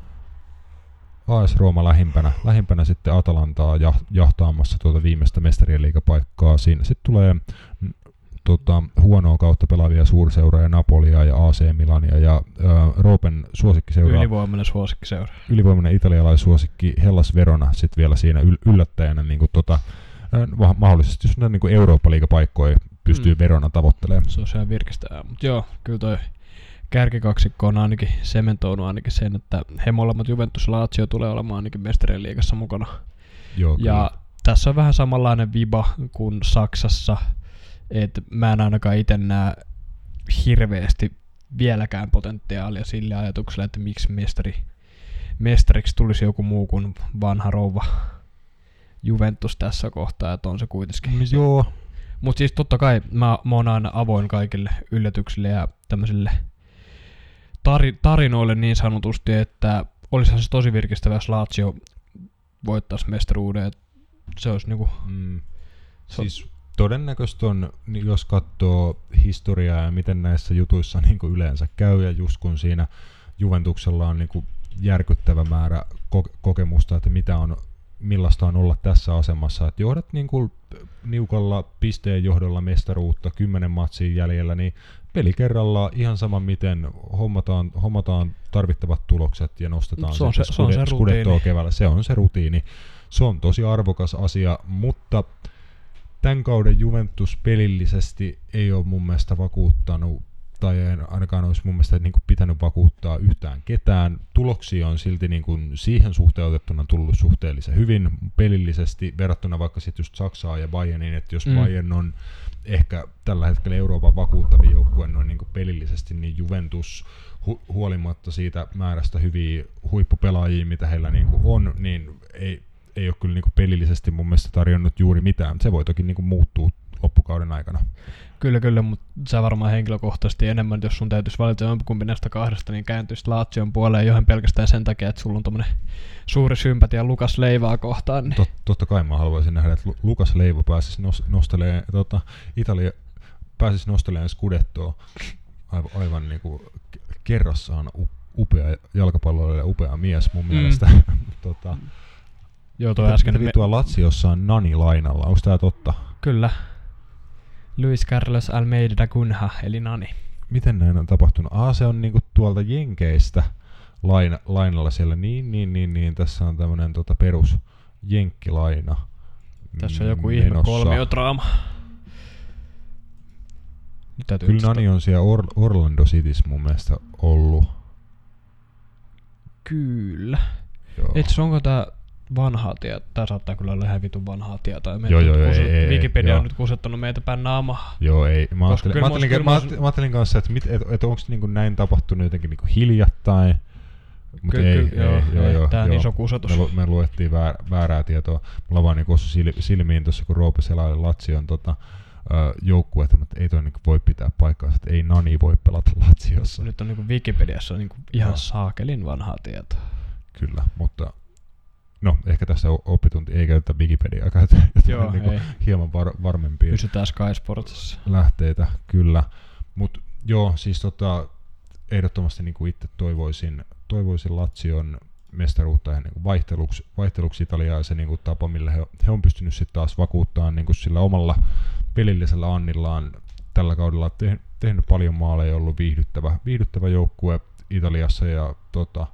A S Rooma lähimpänä, lähimpänä sitten Atalantaa jahtaamassa tuota viimeistä mestarien liigapaikkaa. Siinä sitten tulee mm, tota, huonoa kautta pelaavia suurseuroja, Napolia ja A C Milania ja ä, Roopen suosikkiseura. Ylivoimainen suosikkiseura. Ylivoimainen italialaissuosikki Hellas Verona sitten vielä siinä yl- yllättäjänä niin kuin, tota, ä, mahdollisesti jos niin kuin Eurooppa-liigapaikkoja pystyy mm. Verona tavoittelemaan. Se on ihan virkistävää, mutta joo, kyllä toi kärkikaksikko on ainakin sementoinut ainakin sen, että he molemmat Juventus ja Lazio tulee olemaan ainakin mestarien liigassa mukana. Joo, ja kyllä. Tässä on vähän samanlainen viba kuin Saksassa, että mä en ainakaan itse näe hirveästi vieläkään potentiaalia sille ajatukselle, että miksi mestari, mestariksi tulisi joku muu kuin vanha rouva Juventus tässä kohtaa, että on se kuitenkin. Joo. Mutta siis totta kai mä, mä oon aina avoin kaikille yllätyksille ja tämmöisille Tari, tarinoille niin sanotusti, että olisihan se tosi virkistävä, jos Lazio voittaisi mestaruuden. Se olisi niinku... Mm. Siis todennäköistä on, jos katsoo historiaa ja miten näissä jutuissa niinku yleensä käy, ja just kun siinä Juventuksella on niinku järkyttävä määrä ko- kokemusta, että mitä on, millaista on olla tässä asemassa, että johdat niinku niukalla pisteen johdolla mestaruutta, kymmenen matsia jäljellä, niin peli kerrallaan ihan sama miten hommataan, hommataan tarvittavat tulokset ja nostetaan se on se, skude, se, on se skudettoa keväällä. Se on se rutiini. Se on tosi arvokas asia, mutta tämän kauden Juventus pelillisesti ei ole mun mielestä vakuuttanut, tai ei ainakaan olisi mun mielestä niin kuin pitänyt vakuuttaa yhtään ketään. Tuloksia on silti niin kuin siihen suhteutettuna tullut suhteellisen hyvin pelillisesti verrattuna vaikka sitten just Saksaan ja Bayerniin, että jos mm. Bayern on ehkä tällä hetkellä Euroopan vakuuttavin joukkue noin niin kuin pelillisesti, niin Juventus hu- huolimatta siitä määrästä hyviä huippupelaajia, mitä heillä niin kuin on, niin ei, ei ole kyllä niin kuin pelillisesti mun mielestä tarjonnut juuri mitään. Se voi toki niin kuin muuttua loppukauden aikana. Kyllä, kyllä, mutta sä varmaan henkilökohtaisesti enemmän, jos sun täytyisi valita jompikumpi näistä kahdesta, niin kääntyisit Lazion puoleen johon pelkästään sen takia, että sulla on tommonen suuri sympatia Lukas Leivaa kohtaan. Niin. Tot, totta kai mä haluaisin nähdä, että Lukas Leiva pääsisi nos, nostelemaan, tota, Italia pääsisi nostelemaan Scudettoa aivan, aivan niin kuin kerrassaan upea jalkapalloilija ja upea mies mun mm. mielestä. tota, Joo, tuo äsken... Me... Tuo Laziossa on Nani lainalla, onko tää totta? Kyllä. Luis Carlos Almeida da Cunha, eli Nani. Miten näin on tapahtunut? Ah, se on niinku tuolta Jenkeistä laina, lainalla siellä. Niin, niin, niin, niin. Tässä on tämmönen tota perus jenkkilaina. Tässä on joku ihme kolmiodraama. Kyllä Nani on siellä Or- Orlando Citys mun mielestä ollut. Kyllä. Etsi onko tää vanhaa tietoa? Tää saattaa kyllä olla ihan vitun vanhaa tietoa. Joo, joo, joo, kuset, ei, Wikipedia ei, on nyt kusettanut meitä päin naamaa. Joo, ei. Mä ajattelin, mä ajattelin, kyllä mä ajattelin, mä ajattelin kanssa, että mit, et, et onko niinku näin tapahtunut jotenkin niinku hiljattain. Mutta ei, ei, joo, ei, joo, joo, tää on joo. iso kusetus. Me, me luettiin väär, väärää tietoa. Mulla vaan niinku osui silmiin tuossa, kun Roope selaili Lazion tota, joukkuetta, mutta ei toi niinku voi pitää paikkaansa, että ei Nani voi pelata Laziossa. Nyt on niinku Wikipediassa niinku ihan no. saakelin vanhaa tietoa. Kyllä, mutta no ehkä tässä oppitunti ei käytetä Wikipediaa, käytetään Joo, niin kuin hieman var, varmempia pysytään Sky Sportsissa lähteitä, kyllä. Mutta joo, siis tota, ehdottomasti niin kuin itse toivoisin, toivoisin Lazion mestaruutta ja niin kuin vaihteluksi, vaihteluksi Italiaa ja se niin kuin tapa, millä he, he on pystynyt sitten taas vakuuttamaan niin kuin sillä omalla pelillisellä annillaan tällä kaudella te, tehnyt paljon maaleja, ollut viihdyttävä, viihdyttävä joukkue Italiassa ja tota,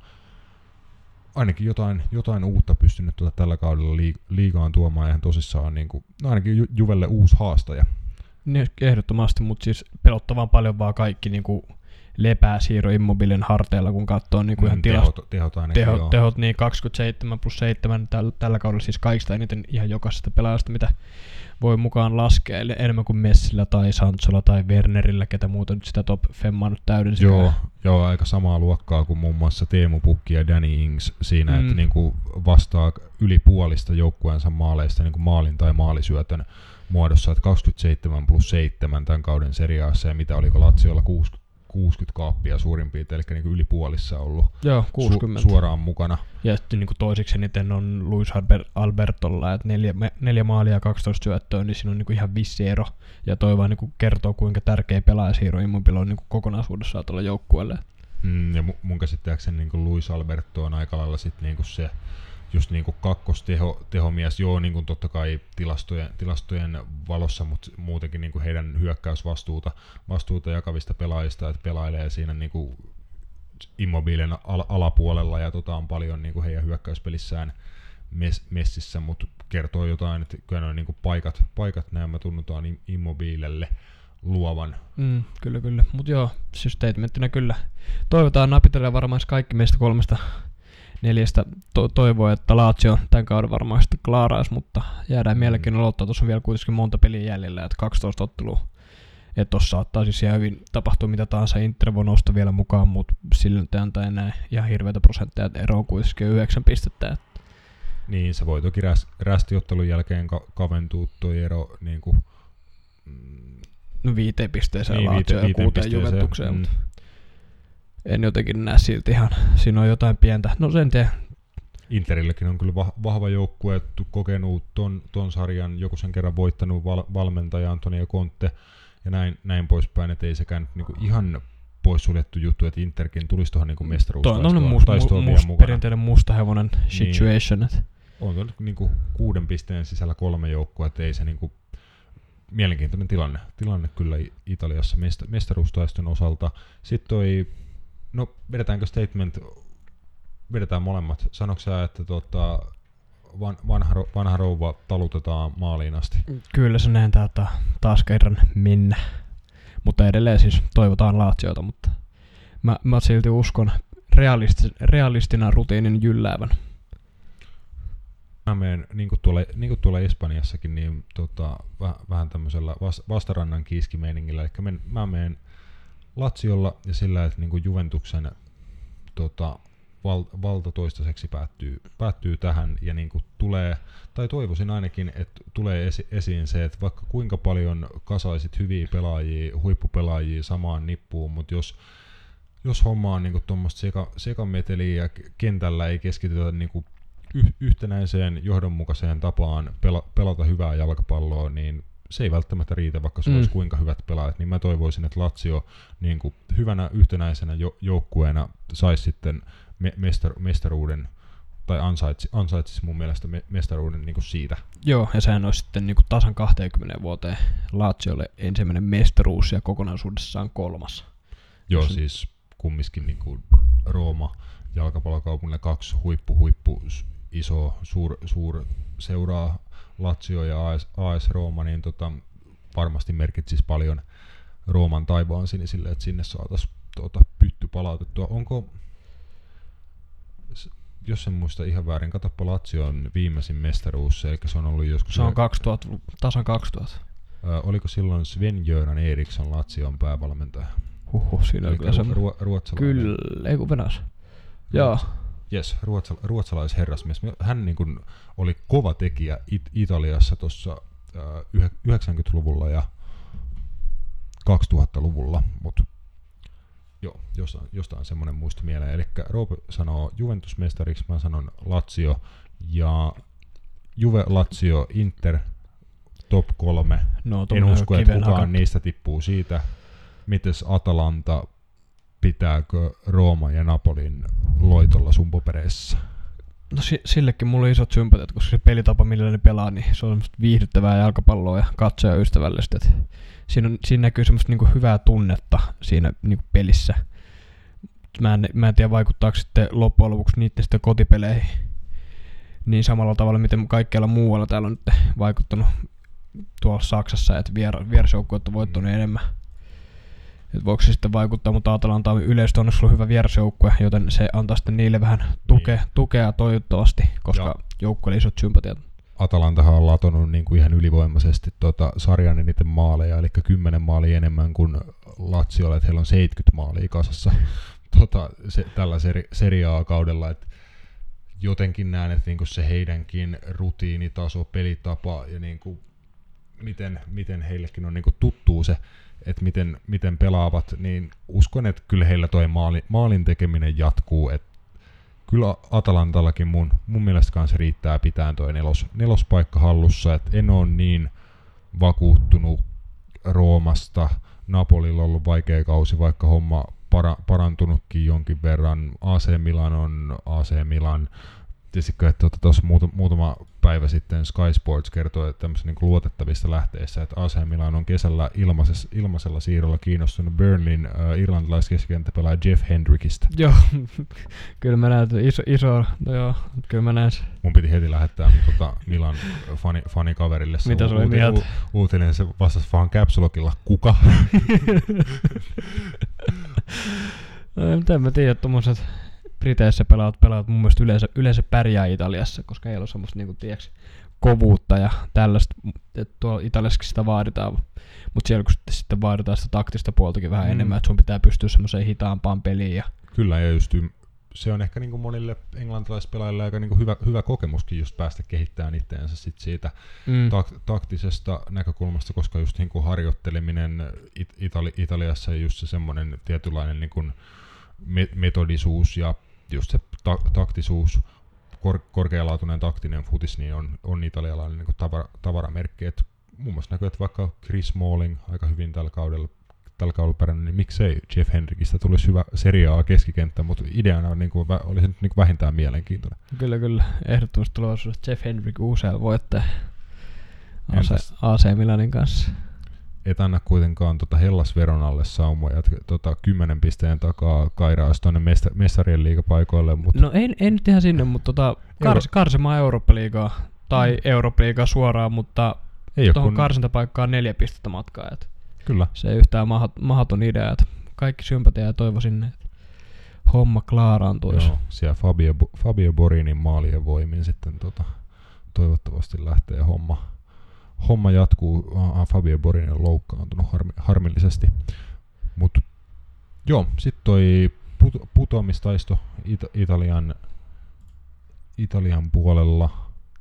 ainakin jotain, jotain uutta pystynyt tuota tällä kaudella liig- liigaan tuomaan ja tosissaan niin kuin, no ainakin Ju- Juvelle uusi haastaja. Niin, ehdottomasti, mutta siis pelottavan paljon vaan kaikki niinku lepää Ciro Immobilen harteilla, kun katsoo niinku ihan Mm, tilast- tehot, tehot ainakin, tehot, joo. tehot, niin kaksikymmentäseitsemän plus seitsemän tällä, tällä kaudella siis kaikista eniten ihan jokaisesta pelaajasta, mitä voi mukaan laskea, eli enemmän kuin Messillä tai Sancholla tai Wernerillä, ketä muuta nyt sitä top femmaa nyt täydensi. Joo, joo, aika samaa luokkaa kuin muun muassa Teemu Pukki ja Danny Ings siinä, mm. että niinku vastaa yli puolista joukkueensa maaleista niinku maalin tai maalisyötön muodossa, että kaksikymmentäseitsemän plus seitsemän tämän kauden seriaassa ja mitä oliko Laziolla kuusikymmentä kaappia suurin piirtein, eli niinku yli puolissa ollut Joo, kuusikymmentä. Su- suoraan mukana. Ja sitten niinku toisiksi eniten on Luis Alber- Albertolla, että neljä, neljä maalia ja kaksitoista syöttöä, niin siinä on niinku ihan vissi ero. Ja toi vaan niinku kertoo, kuinka tärkeä pelaaja Ciro Immobile on niinku kokonaisuudessaan tuolla joukkueelle. Mm, ja mun käsittääkseni niinku Luis Alberto on aika lailla sit niinku se just niinku kakkostehomies, joo niinku totta kai tilastojen, tilastojen valossa, mutta muutenkin niinku heidän hyökkäysvastuuta vastuuta jakavista pelaajista, että pelailee siinä niinku Immobilen al- alapuolella ja tota on paljon niinku heidän hyökkäyspelissään mes- messissä, mutta kertoo jotain, että kyllä ne niinku paikat, paikat nämä tunnutaan Immobilelle luovan. Mm, kyllä, kyllä. Mutta joo, siis statementtina kyllä. Toivotaan Napitelle varmaan kaikki meistä kolmesta neljästä to- toivoo, että Lazio tämän kauden varmaan sitten klaaraisi, mutta jäädään mm. mielenkiinnolla ottaa. Tuossa on vielä kuitenkin monta peliä jäljellä, että kaksitoista ottelua. Että tuossa saattaa siis ihan hyvin tapahtua mitä tahansa. Inter voi nostaa vielä mukaan, mutta sillä nyt ei antaa enää ihan hirveitä prosentteja, että ero on kuitenkin yhdeksän pistettä. Niin, se voi toki räs- rästiottelun jälkeen ka- kaventua tuo ero niin kuin, mm, no viiteen pisteeseen niin, Lazio ja kuuteen Juventukseen, mm. mutta en jotenkin näe silti ihan, siinä on jotain pientä, no sen tiedä. Interilläkin on kyllä va- vahva joukkue, kokenut ton, ton sarjan, joku sen kerran voittanut val- valmentaja Antonio Conte ja näin, näin poispäin, että ei sekään nyt niinku ihan poissuljettu juttu, että Interkin tulisi tuohon niinku mestaruustaistoon Toi on mus, mu, mus, perinteinen mustahevonen situation. Niin. On tuo niinku kuuden pisteen sisällä kolme joukkoa, että ei se niinku mielenkiintoinen tilanne, tilanne kyllä Italiassa mesta, mestaruustaiston osalta. Sitten toi, no vedetäänkö statement, vedetään molemmat. Sanoitko sä, että tota, van, vanha, vanha rouva talutetaan maaliin asti? Kyllä se näin taitaa taas kerran mennä. Mutta edelleen siis toivotaan Laziota, mutta mä, mä silti uskon realisti, realistina rutiinin jylläävän. Mä menen, niin kuin tuolla, niin kuin tuolla Espanjassakin, niin tota, väh, vähän tämmöisellä vastarannan kiiskimeiningillä. Eli men, mä menen Laziolla ja sillä, että niin kuin Juventuksen tota, val, valta toistaiseksi päättyy, päättyy tähän ja niin kuin tulee, tai toivoisin ainakin, että tulee esi, esiin se, että vaikka kuinka paljon kasaisit hyviä pelaajia, huippupelaajia samaan nippuun, mutta jos, jos homma on niin tuommoista seka, sekameteliä ja kentällä ei keskitytä niin kuin y- yhtenäiseen johdonmukaiseen tapaan pela, pelata hyvää jalkapalloa, niin se ei välttämättä riitä, vaikka se mm. olisi kuinka hyvät pelaajat, niin mä toivoisin, että Lazio niin kuin hyvänä yhtenäisenä jo- joukkueena saisi sitten me- mestar- mestaruuden, tai ansaitsi, ansaitsisi mun mielestä me- mestaruuden niin kuin siitä. Joo, ja sehän olisi sitten niin kuin tasan kaksikymmentä vuoteen Laziolle ensimmäinen mestaruus ja kokonaisuudessaan kolmas. Joo, Jos siis kumminkin niin kuin Rooma jalkapallokaupungilla kaksi huippu, huippu iso, suur, suur seuraa Lazio ja A S, A S Rooma, niin tota, varmasti merkitsisi paljon Rooman taivaan sinisille, että sinne saataisiin tuota, pytty palautettua. Onko, jos en muista ihan väärin, katsoppa Lazion viimeisin mestaruus, eli se on ollut joskus... Se on kaksituhatta, tasan kaksituhatta. Ää, oliko silloin Sven-Göran Eriksson Lazion päävalmentaja? Huhhuh, siinä oli kyllä se... Ruo- ruotsalainen. Kyllä, ei kun Venäjä. Joo. Jes, ruotsal- ruotsalaisherrasmies. Hän niin kuin oli kova tekijä It- Italiassa tuossa äh, yhdeksänkymmentäluvulla ja kaksituhattaluvulla, mutta joo, jostain, jostain semmoinen muisto mieleen. Eli Roope sanoo Juventus-mestariksi, mä sanon Lazio, Ja Juve, Lazio, Inter, top kolme. No, En usko, että kukaan hakattu. Niistä tippuu siitä. Mites Atalanta, pitääkö Rooma ja Napolin loitolla sun papereissa? No si- sillekin mulla on isot sympatiat, koska se pelitapa, millä ne pelaa, niin se on semmoista viihdyttävää jalkapalloa ja katsojaystävällistä. Siinä, on, siinä näkyy semmoista niinku hyvää tunnetta siinä niinku pelissä. Mä en, mä en tiedä, vaikuttaako sitten loppujen lopuksi niiden sitten kotipeleihin niin samalla tavalla, miten kaikkialla muualla täällä on nyt vaikuttanut tuolla Saksassa, että vier, vierasjoukkueet on voittanut enemmän. Et voiko se sitten vaikuttaa, mutta Atalanta on yleisesti onneksi ollut hyvä vierasjoukkue, joten se antaa sitten niille vähän tuke, niin. tukea toivottavasti, koska joukkueelle isot sympatiat. Atalantahan on latonut niin kuin ihan ylivoimaisesti tota sarjan eniten maaleja, eli kymmenen maalia enemmän kuin Laziolla, että heillä on seitsemänkymmentä maalia kasassa tota, se, tällä seri, seriaa-kaudella. Et jotenkin näen, että niinku se heidänkin rutiinitaso, pelitapa ja niinku miten, miten heillekin on niinku tuttuu se, että miten, miten pelaavat, niin uskon, että kyllä heillä toi maali, maalin tekeminen jatkuu. Et kyllä Atalantallakin mun, mun mielestä kanssa riittää pitää toi nelos, nelospaikka hallussa, että en ole niin vakuuttunut Roomasta. Napolilla on ollut vaikea kausi, vaikka homma para, parantunutkin jonkin verran. A C Milan on A C Milan. Tiesitkö, että tuossa muutama, muutama päivä sitten Sky Sports kertoi tämmöisen niin luotettavista lähteissä, että A C Milan on kesällä ilmaisella, ilmaisella siirrolla kiinnostunut Burnleyn äh, irlantilaiskeskikenttäpelaaja Jeff Hendrickistä. Joo, kyllä mä näen, iso, iso no joo, kyllä mä näen. Mun piti heti lähettää mun tota Milan fani, fanikaverille se mitä se oli uutinen, mieltä? U, uutinen, se vastasi vaan caps lockilla, kuka? No, en mä tiedä, tommoset Briteissä pelaat, pelaat mun mielestä yleensä, yleensä pärjää Italiassa, koska ei ole semmoista niinku, tiiäks, kovuutta ja tällaista, että tuolla Italiassakin sitä vaaditaan, mutta siellä kun sitten vaaditaan sitä taktista puoltakin vähän mm. enemmän, että sun pitää pystyä semmoiseen hitaampaan peliin. Ja kyllä, ja just se on ehkä niinku monille englantilaispelaajille aika niinku hyvä, hyvä kokemuskin just päästä kehittämään itseänsä sit siitä mm. tak- taktisesta näkökulmasta, koska just niinku harjoitteleminen It- Itali- Italiassa ja just se semmoinen tietynlainen niinku me- metodisuus ja just se ta- taktisuus, kor- korkealaatuinen taktinen futis, niin on, on italialainen niin tavara- tavaramerkki. Et muun muassa näkyy, että vaikka Chris Smalling aika hyvin tällä kaudella, tällä kaudella pärjännyt, niin miksei Jeff Hendrickistä tulisi hyvä Serie A keskikenttä, mutta ideana on, niin kuin, oli se nyt niin kuin vähintään mielenkiintoinen. Kyllä, kyllä. Ehdottomasti tulevaisuudessa Jeff Hendrick uusia voittaja A C Milanin kanssa. Et anna kuitenkaan tota Hellas Veronalle saumoja, tota kymmenen pisteen takaa kairaa tuonne mesta- mestarien liigapaikoille. Mut no ei, ei nyt ihan sinne, mutta tota, kars, Euro- karsimaan Eurooppa-liigaa tai mm. Eurooppa-liigaa suoraan, mutta tuohon kun karsintapaikkaan neljä pistettä matkaa. Et kyllä. Se ei yhtään mahat, mahaton idea, että kaikki sympatia ja toivo sinne, että homma klaaraantuisi. Joo, siellä Fabio, Fabio Borinin maalien voimin sitten tota, toivottavasti lähtee homma. Homma jatkuu, Fabio Borini on loukkaantunut harmi, harmillisesti. Mut joo, sit toi put, putoamistaisto It- Italian, Italian puolella.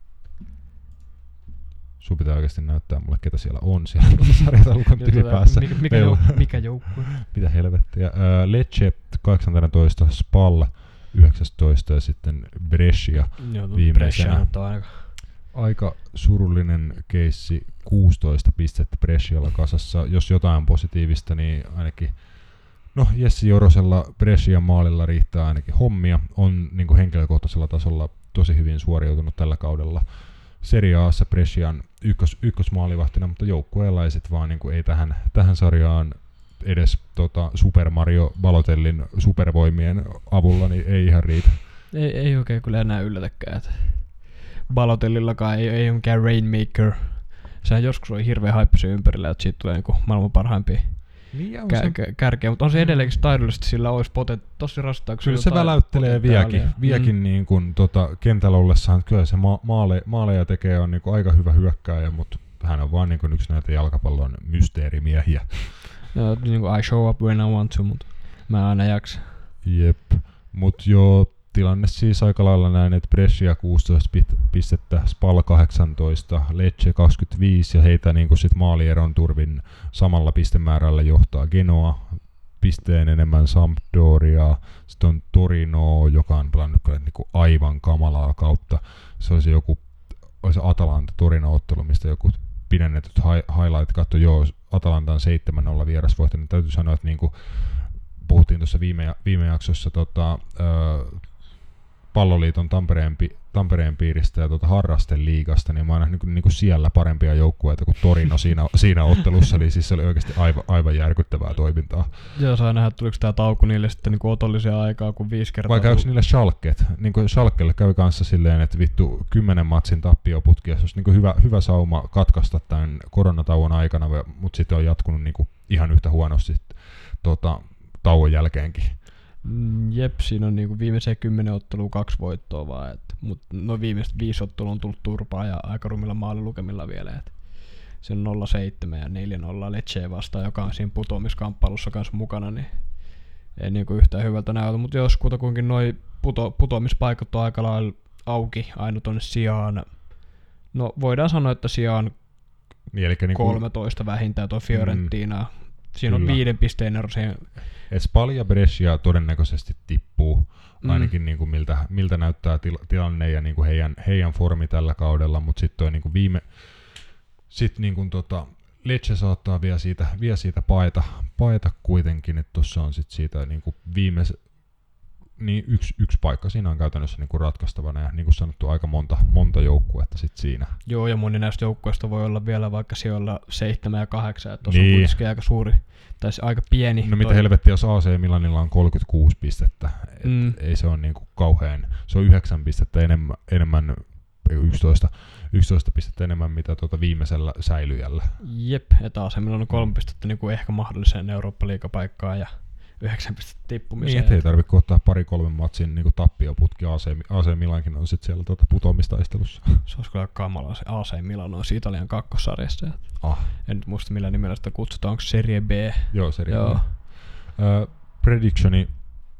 Sun pitää oikeesti näyttää mulle, ketä siellä on siellä sarjataulukon tyvipäässä. Mikä, mikä, jouk- mikä joukkue? Mitä helvettiä. Uh, Lecce kahdeksantoista, Spal yhdeksäntoista ja sitten Brescia joo, viimeisenä. Aika. Aika surullinen keissi, kuusitoista pistettä Brescialla kasassa. Jos jotain positiivista, niin ainakin no Jesse Jorosella Brescian maalilla riittää ainakin hommia. On niin kuin henkilökohtaisella tasolla tosi hyvin suoriutunut tällä kaudella Serie A:ssa Brescian ykkös, ykkösmaalivahtina, mutta joukkueella ei sit vaan niin kuin ei tähän, tähän sarjaan edes tota, Super Mario Balotellin supervoimien avulla niin ei ihan riitä. Ei, ei oikein kyllä enää yllätäkään. Balotellillakaan ei, ei ole mikään Rainmaker. Sehän joskus oli hirveä hype sen ympärillä, että siitä tulee niinku maailman parhaimpia niin kä- kä- kärkeä, mutta on se edelleenkin taidollisesti, sillä olisi poten- tosi rasittaa. Kyllä se väläyttelee vieläkin, vieläkin mm. niin kuin, tota, kentällä ollessaan, kyllä se ma- maale- maaleja tekee, on niin kuin aika hyvä hyökkääjä, mutta hän on vaan niin kuin yksi näitä jalkapallon mysteerimiehiä. Joo, niin kuin I show up when I want to, mutta mä aina jaksa. Jep, mutta joo, tilanne siis aika lailla näin, että Brescia kuusitoista pistettä, Spal kahdeksantoista, Lecce kaksikymmentäviisi ja heitä niin kuin sit maalieron turvin samalla pistemäärällä johtaa Genoa pisteen enemmän Sampdoriaa, sitten on Torino, joka on pelannut kyllä niinku aivan kamalaa kautta. Se olisi joku, olisi Atalanta-Torino-ottelu, mistä joku pidennetyt highlight katto, joo, Atalanta on seitsemän nolla vierasvoitto, niin täytyy sanoa, että niinku puhuttiin tuossa viime, viime jaksossa tota, ö, Palloliiton Tampereen, Tampereen piiristä ja tuota Harrasten liigasta, niin mä oon nähnyt niin kuin siellä parempia joukkueita kuin Torino siinä, siinä ottelussa, eli siis se oli oikeasti aivan, aivan järkyttävää toimintaa. Joo, saa nähdä, tuliko tämä tauko niille sitten niin kuin otollisia aikaa, kun viisi kertaa... Vai käykö niille Schalket? Niin kuin Schalkelle käy kanssa silleen, että vittu kymmenen matsin tappioputki, ja se olisi niin kuin hyvä, hyvä sauma katkaista tämän koronatauon aikana, mutta sitten on jatkunut niin kuin ihan yhtä huonosti tota, tauon jälkeenkin. Jep, siinä on niinku viimeiseen kymmenen otteluun kaksi voittoa vaan, et, mut no viimeiset viisi ottelua on tullut turpaa ja aika rumilla maalilukemilla vielä, et se on nolla seitsemän ja neljä nolla Lecce vastaan, joka on siinä putoamiskamppailussa kanssa mukana, niin ei niinku yhtään hyvältä näytä, mutta jos kutakuinkin noi puto, putoamispaikat on aika lailla auki aina tonne sijaan, no voidaan sanoa, että sijaan niin, niinku, kolmetoista vähintään tuo Fiorentina, mm, siinä kyllä. on viiden pisteen ero siihen. Spal ja Brescia todennäköisesti tippuu, ainakin mm. niin kuin miltä, miltä näyttää til, tilanne ja niin kuin heidän, heidän formi tällä kaudella, mutta sitten toi niin kuin viime, sit niin kuin tota, Lecce saattaa vielä siitä, vielä siitä paeta, paeta kuitenkin, että tuossa on sit siitä niin kuin viimeis, niin yksi, yksi paikka siinä on käytännössä niin kuin ratkaistavana ja niin kuin sanottu aika monta, monta joukkuetta sit siinä. Joo, ja moni näistä joukkueista voi olla vielä vaikka sijoilla seitsemän ja kahdeksan, että tuossa niin. on kuitenkin aika suuri, tai aika pieni. No mitä helvettiä, jos A C Milanilla on kolmekymmentäkuusi pistettä, et mm. ei se ole niinku kauhean, se on yhdeksän pistettä enemmän, enemmän yksitoista, yksitoista pistettä enemmän mitä tuota viimeisellä säilyjällä. Jep, että A C Milan on kolme pistettä niinku ehkä mahdolliseen Eurooppa-liigapaikkaan ja yhdeksän pistettä tippumiseen. Niin, ei tarvitse ottaa pari-kolmen matsin niin tappioputki. A C, A C Milankin on sitten siellä tuota putoamistaistelussa. Se olisi kyllä kamala. Se A C Milan on Italian kakkosarjassa. Ah. En nyt muista millä nimellä sitä kutsutaan. Onko Serie B? Joo, Serie Joo. B. Uh, predictioni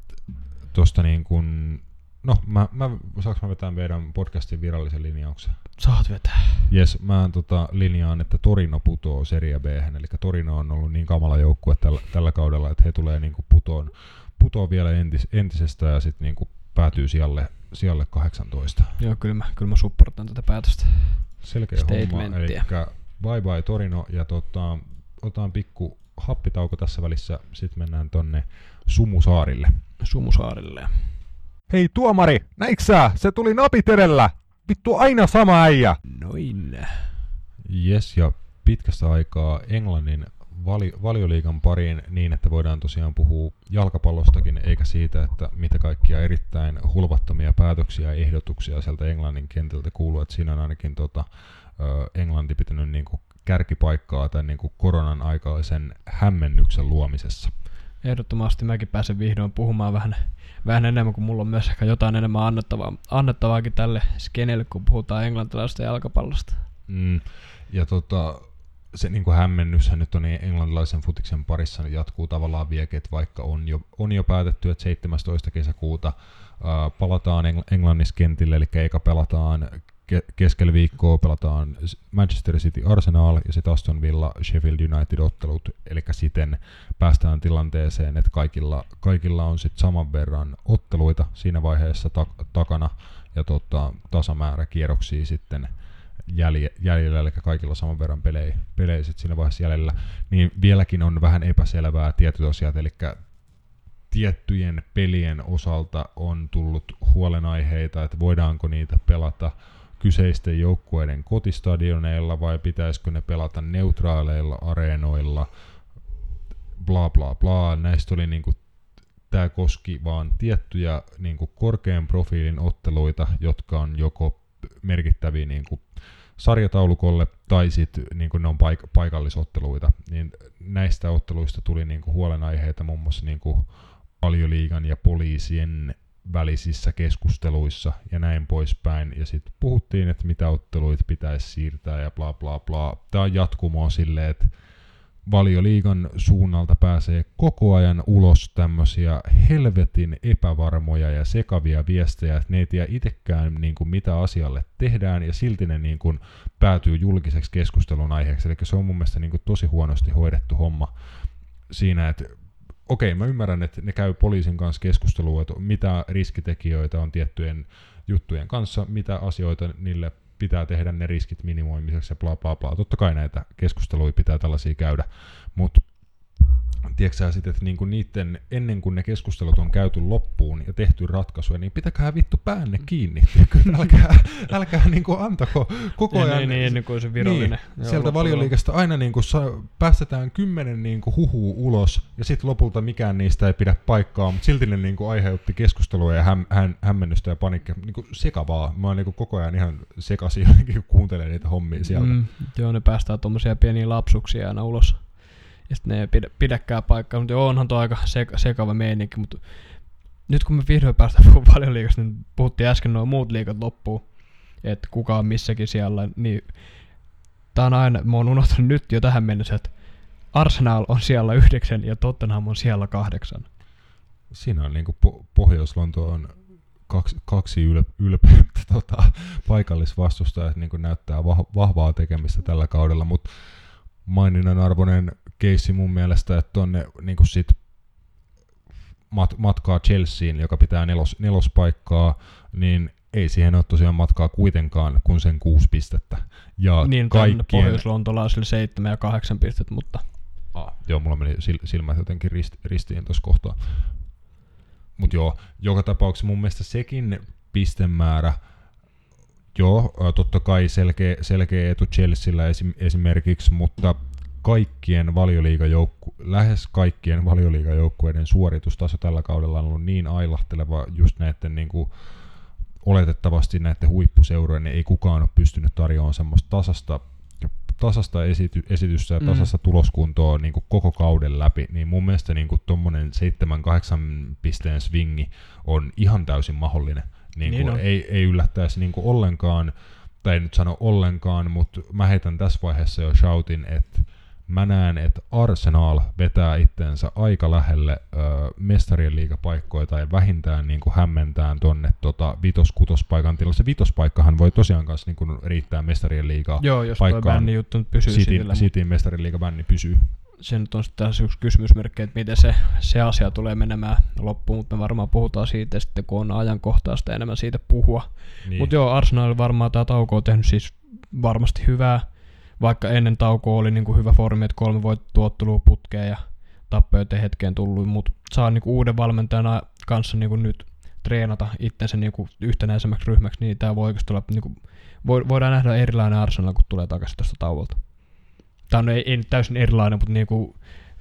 tosta niin kuin... No, mä, mä, saanko mä vetää meidän podcastin virallisen linjauksen? Saat vetää. Jes, mä tota, linjaan, että Torino putoo Serie B:hän, eli Torino on ollut niin kamala joukkue tällä, tällä kaudella, että he tulee niinku putoon, putoon vielä entis, entisestä ja sitten niinku päätyy sijalle, sijalle kahdeksantoista. Joo, kyllä mä, kyllä mä supportan tätä päätöstä. Selkeä homma, eli bye bye Torino, ja tota, otetaan pikku happitauko tässä välissä, sitten mennään tonne Sumusaarille. Sumusaarille. Hei tuomari, näitkö sä? Se tuli napit edellä! Vittu aina sama äijä! Noin. Jes, ja pitkästä aikaa Englannin vali- valioliigan pariin niin, että voidaan tosiaan puhua jalkapallostakin, eikä siitä, että mitä kaikkia erittäin hulvattomia päätöksiä ja ehdotuksia sieltä Englannin kentältä kuuluu, että siinä on ainakin tota, ö, Englanti pitänyt niinku kärkipaikkaa tämän niinku koronan aikaisen hämmennyksen luomisessa. Ehdottomasti mäkin pääsen vihdoin puhumaan vähän, vähän enemmän, kun mulla on myös ehkä jotain enemmän annettavaa, annettavaakin tälle skenelle, kun puhutaan englantilaisesta jalkapallosta. Mm, ja tota, se niin kuin hämmennyshän nyt on niin englantilaisen futiksen parissa niin jatkuu tavallaan vieket, vaikka on jo, on jo päätetty, että seitsemästoista kesäkuuta ää, palataan Engl- Englannissa kentille, eli eka pelataan ke- keskellä viikkoa pelataan Manchester City Arsenal ja sitten Aston Villa Sheffield United ottelut, eli siten päästään tilanteeseen, että kaikilla, kaikilla on sitten saman verran otteluita siinä vaiheessa ta- takana ja tota, tasamäärä kierroksia sitten Jälje, jäljellä, eli kaikilla saman verran pelejä, pelejä sit siinä vaiheessa jäljellä, niin vieläkin on vähän epäselvää tietyt asiat, eli tiettyjen pelien osalta on tullut huolenaiheita, että voidaanko niitä pelata kyseisten joukkueiden kotistadioneilla vai pitäisikö ne pelata neutraaleilla areenoilla, bla bla bla. Näistä oli niinku, tää koski vaan tiettyjä niinku korkean profiilin otteluita, jotka on joko merkittäviä niinku sarjataulukolle tai sitten niinku ne on paik- paikallisotteluita, niin näistä otteluista tuli niinku huolenaiheita muun muassa niinku Valioliigan ja poliisien välisissä keskusteluissa ja näin poispäin. Ja sitten puhuttiin, että mitä otteluita pitäisi siirtää ja bla bla bla. Tämä on jatkumoa silleen, että Valioliigan suunnalta pääsee koko ajan ulos tämmöisiä helvetin epävarmoja ja sekavia viestejä, että ne ei tiedä itsekään niin kuin mitä asialle tehdään ja silti ne niin kuin päätyy julkiseksi keskustelun aiheeksi. Eli se on mun mielestä niin kuin tosi huonosti hoidettu homma siinä, että okei, mä ymmärrän, että ne käy poliisin kanssa keskustelua, että mitä riskitekijöitä on tiettyjen juttujen kanssa, mitä asioita niille pitää tehdä ne riskit minimoimiseksi ja bla bla bla. Totta kai näitä keskusteluja pitää tällaisia käydä, mutta tiedätkö sä sitten, että niinku niiden, ennen kuin ne keskustelut on käyty loppuun ja tehty ratkaisuja, niin pitäkää vittu päänne kiinni. Tiedätkö, älkää älkää niinku antako koko ajan. Niin, niin, ennen kuin se virallinen. Niin, Joo, sieltä Valioliigasta aina niinku sa- päästetään kymmenen niinku huhua ulos, ja sitten lopulta mikään niistä ei pidä paikkaa, mutta silti ne niinku aiheutti keskustelua ja häm- häm- hämmennystä ja paniikkia. Niinku sekavaa. Mä oon niinku koko ajan ihan sekaisin jotenkin, kun kuuntelee niitä hommia sieltä. Mm, joo, ne päästään tommosia pieniä lapsuksia aina ulos. Ja sitten ne ei pidä, pidäkään paikkaa, mutta joo, onhan tuo aika sek- sekava meininki, mutta nyt kun me vihdoin päästään puhumaan Valioliigasta, niin puhuttiin äsken nuo muut liigat loppuun, että kuka on missäkin siellä, niin tää on aina, mä oon unohtanut nyt jo tähän mennessä, että Arsenal on siellä yhdeksän ja Tottenham on siellä kahdeksan. Siinä on niinku po- Pohjois-Lontoon kaksi, kaksi yl- ylpeyttä tota, paikallisvastustajat niinku näyttää vah- vahvaa tekemistä tällä kaudella, mutta maininnan arvoinen keissi mun mielestä, että tonne niinku sit mat- matkaa Chelseain, joka pitää nelos, nelospaikkaa, niin ei siihen ole tosiaan matkaa kuitenkaan kuin sen kuusi pistettä. Ja niin, kaikkien... pohjois-lontolaisille seitsemän ja kahdeksan pistettä, mutta... Ah, joo, mulla meni silmät jotenkin rist, ristiin tuossa kohtaa. Mut joo, joka tapauksessa mun mielestä sekin pistemäärä, joo, totta kai selkeä, selkeä etu Chelsealla esim, esimerkiksi, mutta kaikkien valioliigajoukku, lähes kaikkien valioliigajoukkueiden suoritustaso tällä kaudella on ollut niin ailahteleva just näiden niin kuin, oletettavasti näiden huippuseurojen, niin ei kukaan ole pystynyt tarjoamaan semmoista tasasta, tasasta esity, esitystä ja tasasta mm. tuloskuntoa niin kuin koko kauden läpi, niin mun mielestä niin kuin tommonen seitsemän kahdeksan pisteen swingi on ihan täysin mahdollinen. Niin niin kuin ei, ei yllättäisi niin kuin ollenkaan, tai en nyt sano ollenkaan, mutta mä heitän tässä vaiheessa jo shoutin, että mä näen, että Arsenal vetää itteensä aika lähelle ö, mestarien liigapaikkoja tai vähintään niin kuin hämmentään tonne tota, vitos-kutospaikan tilalla. Se vitospaikkahan voi tosiaan kanssa niin kuin riittää mestarien liigaa. Joo, jos toi bänni juttu nyt pysyy Cityn, sillä. Cityn mestarien liiga bänni pysyy. Se nyt on sitten taas yksi kysymysmerkki, että miten se, se asia tulee menemään loppuun, mutta me varmaan puhutaan siitä sitten, kun on ajankohtaista enemmän siitä puhua. Niin. Mutta joo, Arsenal varmaan tämä tauko on tehnyt siis varmasti hyvää, vaikka ennen taukoa oli niinku hyvä formi, että kolme voittoottelua putkeen ja tappioiden hetkeen tullut, mutta saa niinku uuden valmentajana kanssa niinku nyt treenata itsensä niinku yhtenäisemmäksi ryhmäksi, niin tämä voi oikeasti olla, niinku, voidaan nähdä erilainen Arsenal, kun tulee takaisin tuosta tauolta. Tämä on ei, ei nyt täysin erilainen, mutta niinku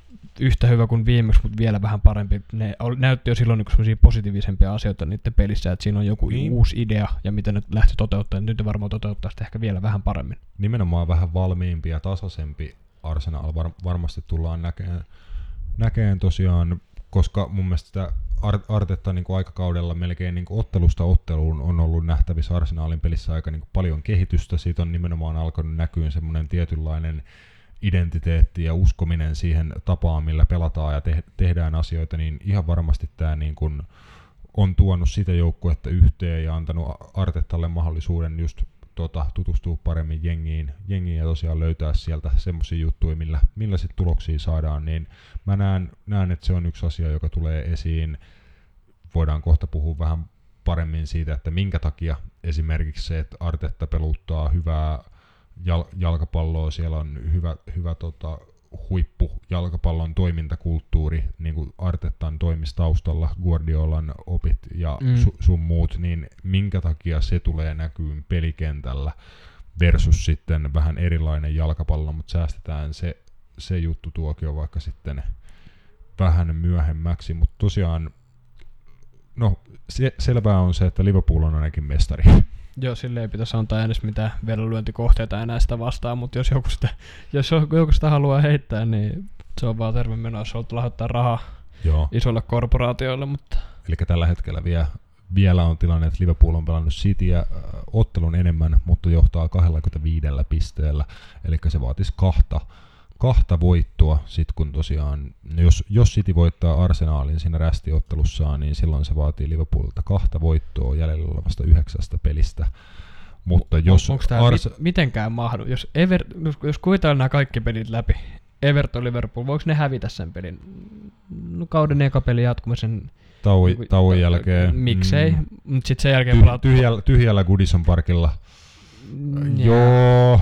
yhtä hyvä kuin viimeksi, mutta vielä vähän parempi. Ne näytti jo silloin niinku sellaisia positiivisempia asioita niiden pelissä, että siinä on joku niin. uusi idea ja miten ne lähti toteuttamaan. Nyt ne varmaan toteuttaa sitä ehkä vielä vähän paremmin. Nimenomaan vähän valmiimpi ja tasaisempi Arsenal var- varmasti tullaan näkemään, näkemään tosiaan, koska mun mielestä sitä Artetta niin kuin aikakaudella melkein niin kuin ottelusta otteluun on ollut nähtävissä Arsenalin pelissä aika niin kuin paljon kehitystä. Siitä on nimenomaan alkanut näkyä semmoinen tietynlainen identiteetti ja uskominen siihen tapaan, millä pelataan ja te- tehdään asioita, niin ihan varmasti tämä niin kuin on tuonut sitä joukkuetta yhteen ja antanut Artetalle mahdollisuuden just tota, tutustua paremmin jengiin, jengiin ja tosiaan löytää sieltä semmoisia juttuja, millä, millä sitten tuloksia saadaan, niin mä näen, näen, että se on yksi asia, joka tulee esiin. Voidaan kohta puhua vähän paremmin siitä, että minkä takia esimerkiksi se, että Artetta peluttaa hyvää jal- jalkapalloa, siellä on hyvä, hyvä tota, huippu jalkapallon toimintakulttuuri, niin kuin Artettan toimisi taustalla, Guardiolan opit ja mm. su- sun muut, niin minkä takia se tulee näkyyn pelikentällä versus sitten vähän erilainen jalkapallo, mutta säästetään se, se juttu tuokio vaikka sitten vähän myöhemmäksi, mutta tosiaan no se, selvää on se, että Liverpool on ainakin mestari. Joo, sille ei pitäisi antaa edes mitään vedonlyöntikohteita enää sitä vastaan, mutta jos joku sitä, jos joku sitä haluaa heittää, niin se on vaan terve meno, jos haluat lahjoittaa rahaa Joo. isoille korporaatioille. Mutta... Eli tällä hetkellä vielä, vielä on tilanne, että Liverpool on pelannut Cityä äh, ottelun enemmän, mutta johtaa kaksikymmentäviisi pisteellä, eli se vaatisi kahta, kahta voittoa, sit kun tosiaan, jos, jos City voittaa Arsenalin siinä rästiottelussaan, niin silloin se vaatii Liverpoolilta kahta voittoa jäljellä olevasta yhdeksästä pelistä. Mutta jos on, onko tämä Ars- mit, mitenkään mahdu? Jos, Ever, jos, jos kuvitellaan nämä kaikki pelit läpi, Everton Liverpool, voiko ne hävitä sen pelin? No kauden eka peli jatkumisen Tauon, niin, tauon jälkeen. Miksei, Mm, mutta sitten sen jälkeen tyh, pelaat... tyhjällä, tyhjällä Goodison Parkilla. Mm, Joo,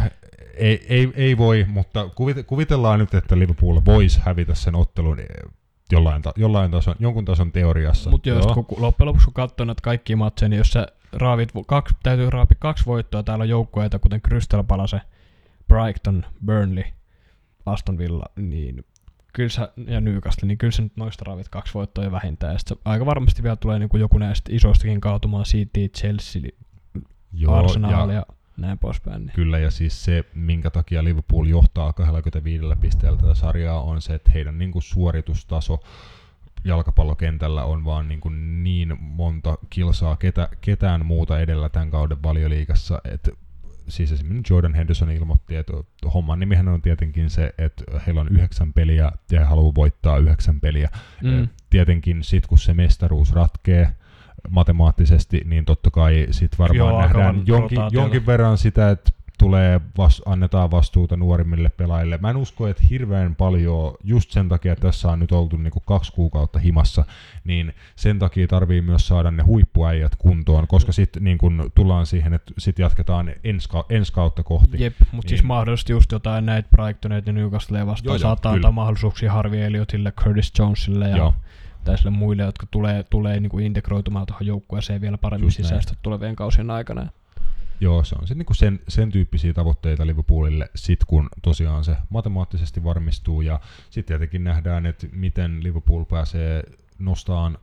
ei, ei, ei voi, mutta kuvit, kuvitellaan nyt, että Liverpool voisi hävitä sen ottelun jollain, ta, jollain tason, jonkun tason teoriassa. Mutta jos kun loppujen lopuksi kun katsoo näitä kaikkia matseja, niin jos sä raavit, kaksi, täytyy raapia kaksi voittoa, täällä on joukkueita, kuten Crystal Palace, Brighton, Burnley, Aston Villa, niin kyllä sä, ja Newcastle, niin kyllä sä nyt noista raavit kaksi voittoa jo vähintään. Ja sit aika varmasti vielä tulee niin kuin joku näistä isoistakin kaatumaan, City, Chelsea, Joo, Arsenal ja, ja näin poispäin. Niin. Kyllä, ja siis se, minkä takia Liverpool johtaa kaksikymmentäviisi pisteellä tätä sarjaa, on se, että heidän niin kuin suoritustaso jalkapallokentällä on vaan niin, kuin niin monta kilsaa ketä, ketään muuta edellä tämän kauden Valioliigassa, että siis esimerkiksi Jordan Henderson ilmoitti, että homman nimihän on tietenkin se, että heillä on yhdeksän peliä ja he haluaa voittaa yhdeksän peliä. Mm. Tietenkin sit kun se mestaruus ratkee matemaattisesti, niin totta kai sit varmaan Joo, nähdään jonkin, jonkin verran sitä, että tulee vas, annetaan vastuuta nuorimmille pelaajille. Mä en usko, että hirveän paljon, just sen takia, että tässä on nyt oltu niinku kaksi kuukautta himassa, niin sen takia tarvii myös saada ne huippuäijät kuntoon, koska sitten niin kun tullaan siihen, että sit jatketaan ens, ens kautta kohti. Jep, mutta niin. Siis mahdollisesti just jotain näitä Brightoneita ja Newcastlea vastaan saattaa antaa mahdollisuuksia Harvey Elliottille, Curtis Jonesille ja Joo. tällaisille muille, jotka tulee, tulee niinku integroitumaan tuohon joukkueeseen vielä paremmin sisäistä tulevien kausien aikana. Joo, se on se, niin sen, sen tyyppisiä tavoitteita Liverpoolille, sit kun tosiaan se matemaattisesti varmistuu, ja sitten tietenkin nähdään, että miten Liverpool pääsee nostamaan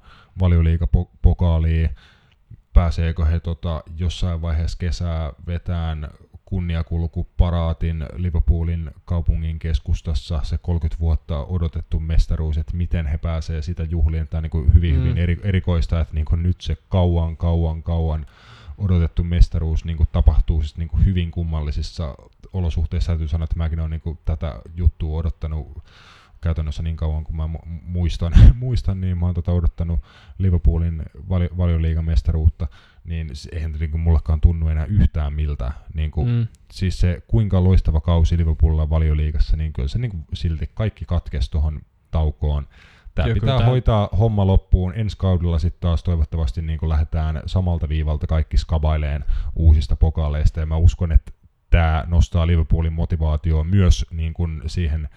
Valioliigapokaalia, pääseekö he tota, jossain vaiheessa kesää vetään kunniakulkuparaatin Liverpoolin kaupungin keskustassa, se kolmekymmentä vuotta odotettu mestaruus, että miten he pääsee sitä juhlien, tämä niin hyvin, mm. hyvin eri, erikoista, että niin nyt se kauan, kauan, kauan odotettu mestaruus niin kuin tapahtuu siis niin kuin hyvin kummallisissa olosuhteissa. Täytyy sanoa, että mäkin olen niin kuin tätä juttua odottanut käytännössä niin kauan kuin mä muistan, muistan niin mä oon tota odottanut Liverpoolin vali, valioliigamestaruutta, niin eihän niin kuin mullekaan tunnu enää yhtään miltä. Niin kuin, mm. Siis se kuinka loistava kausi Liverpoolilla valioliigassa, niin kyllä se niin kuin silti kaikki katkesi tuohon taukoon. Tämä pitää tämä hoitaa homma loppuun. Ensi kaudella sitten taas toivottavasti niin kun lähdetään samalta viivalta kaikki skabaileen uusista pokaaleista. Ja mä uskon, että tämä nostaa Liverpoolin motivaatioon myös niin kun siihen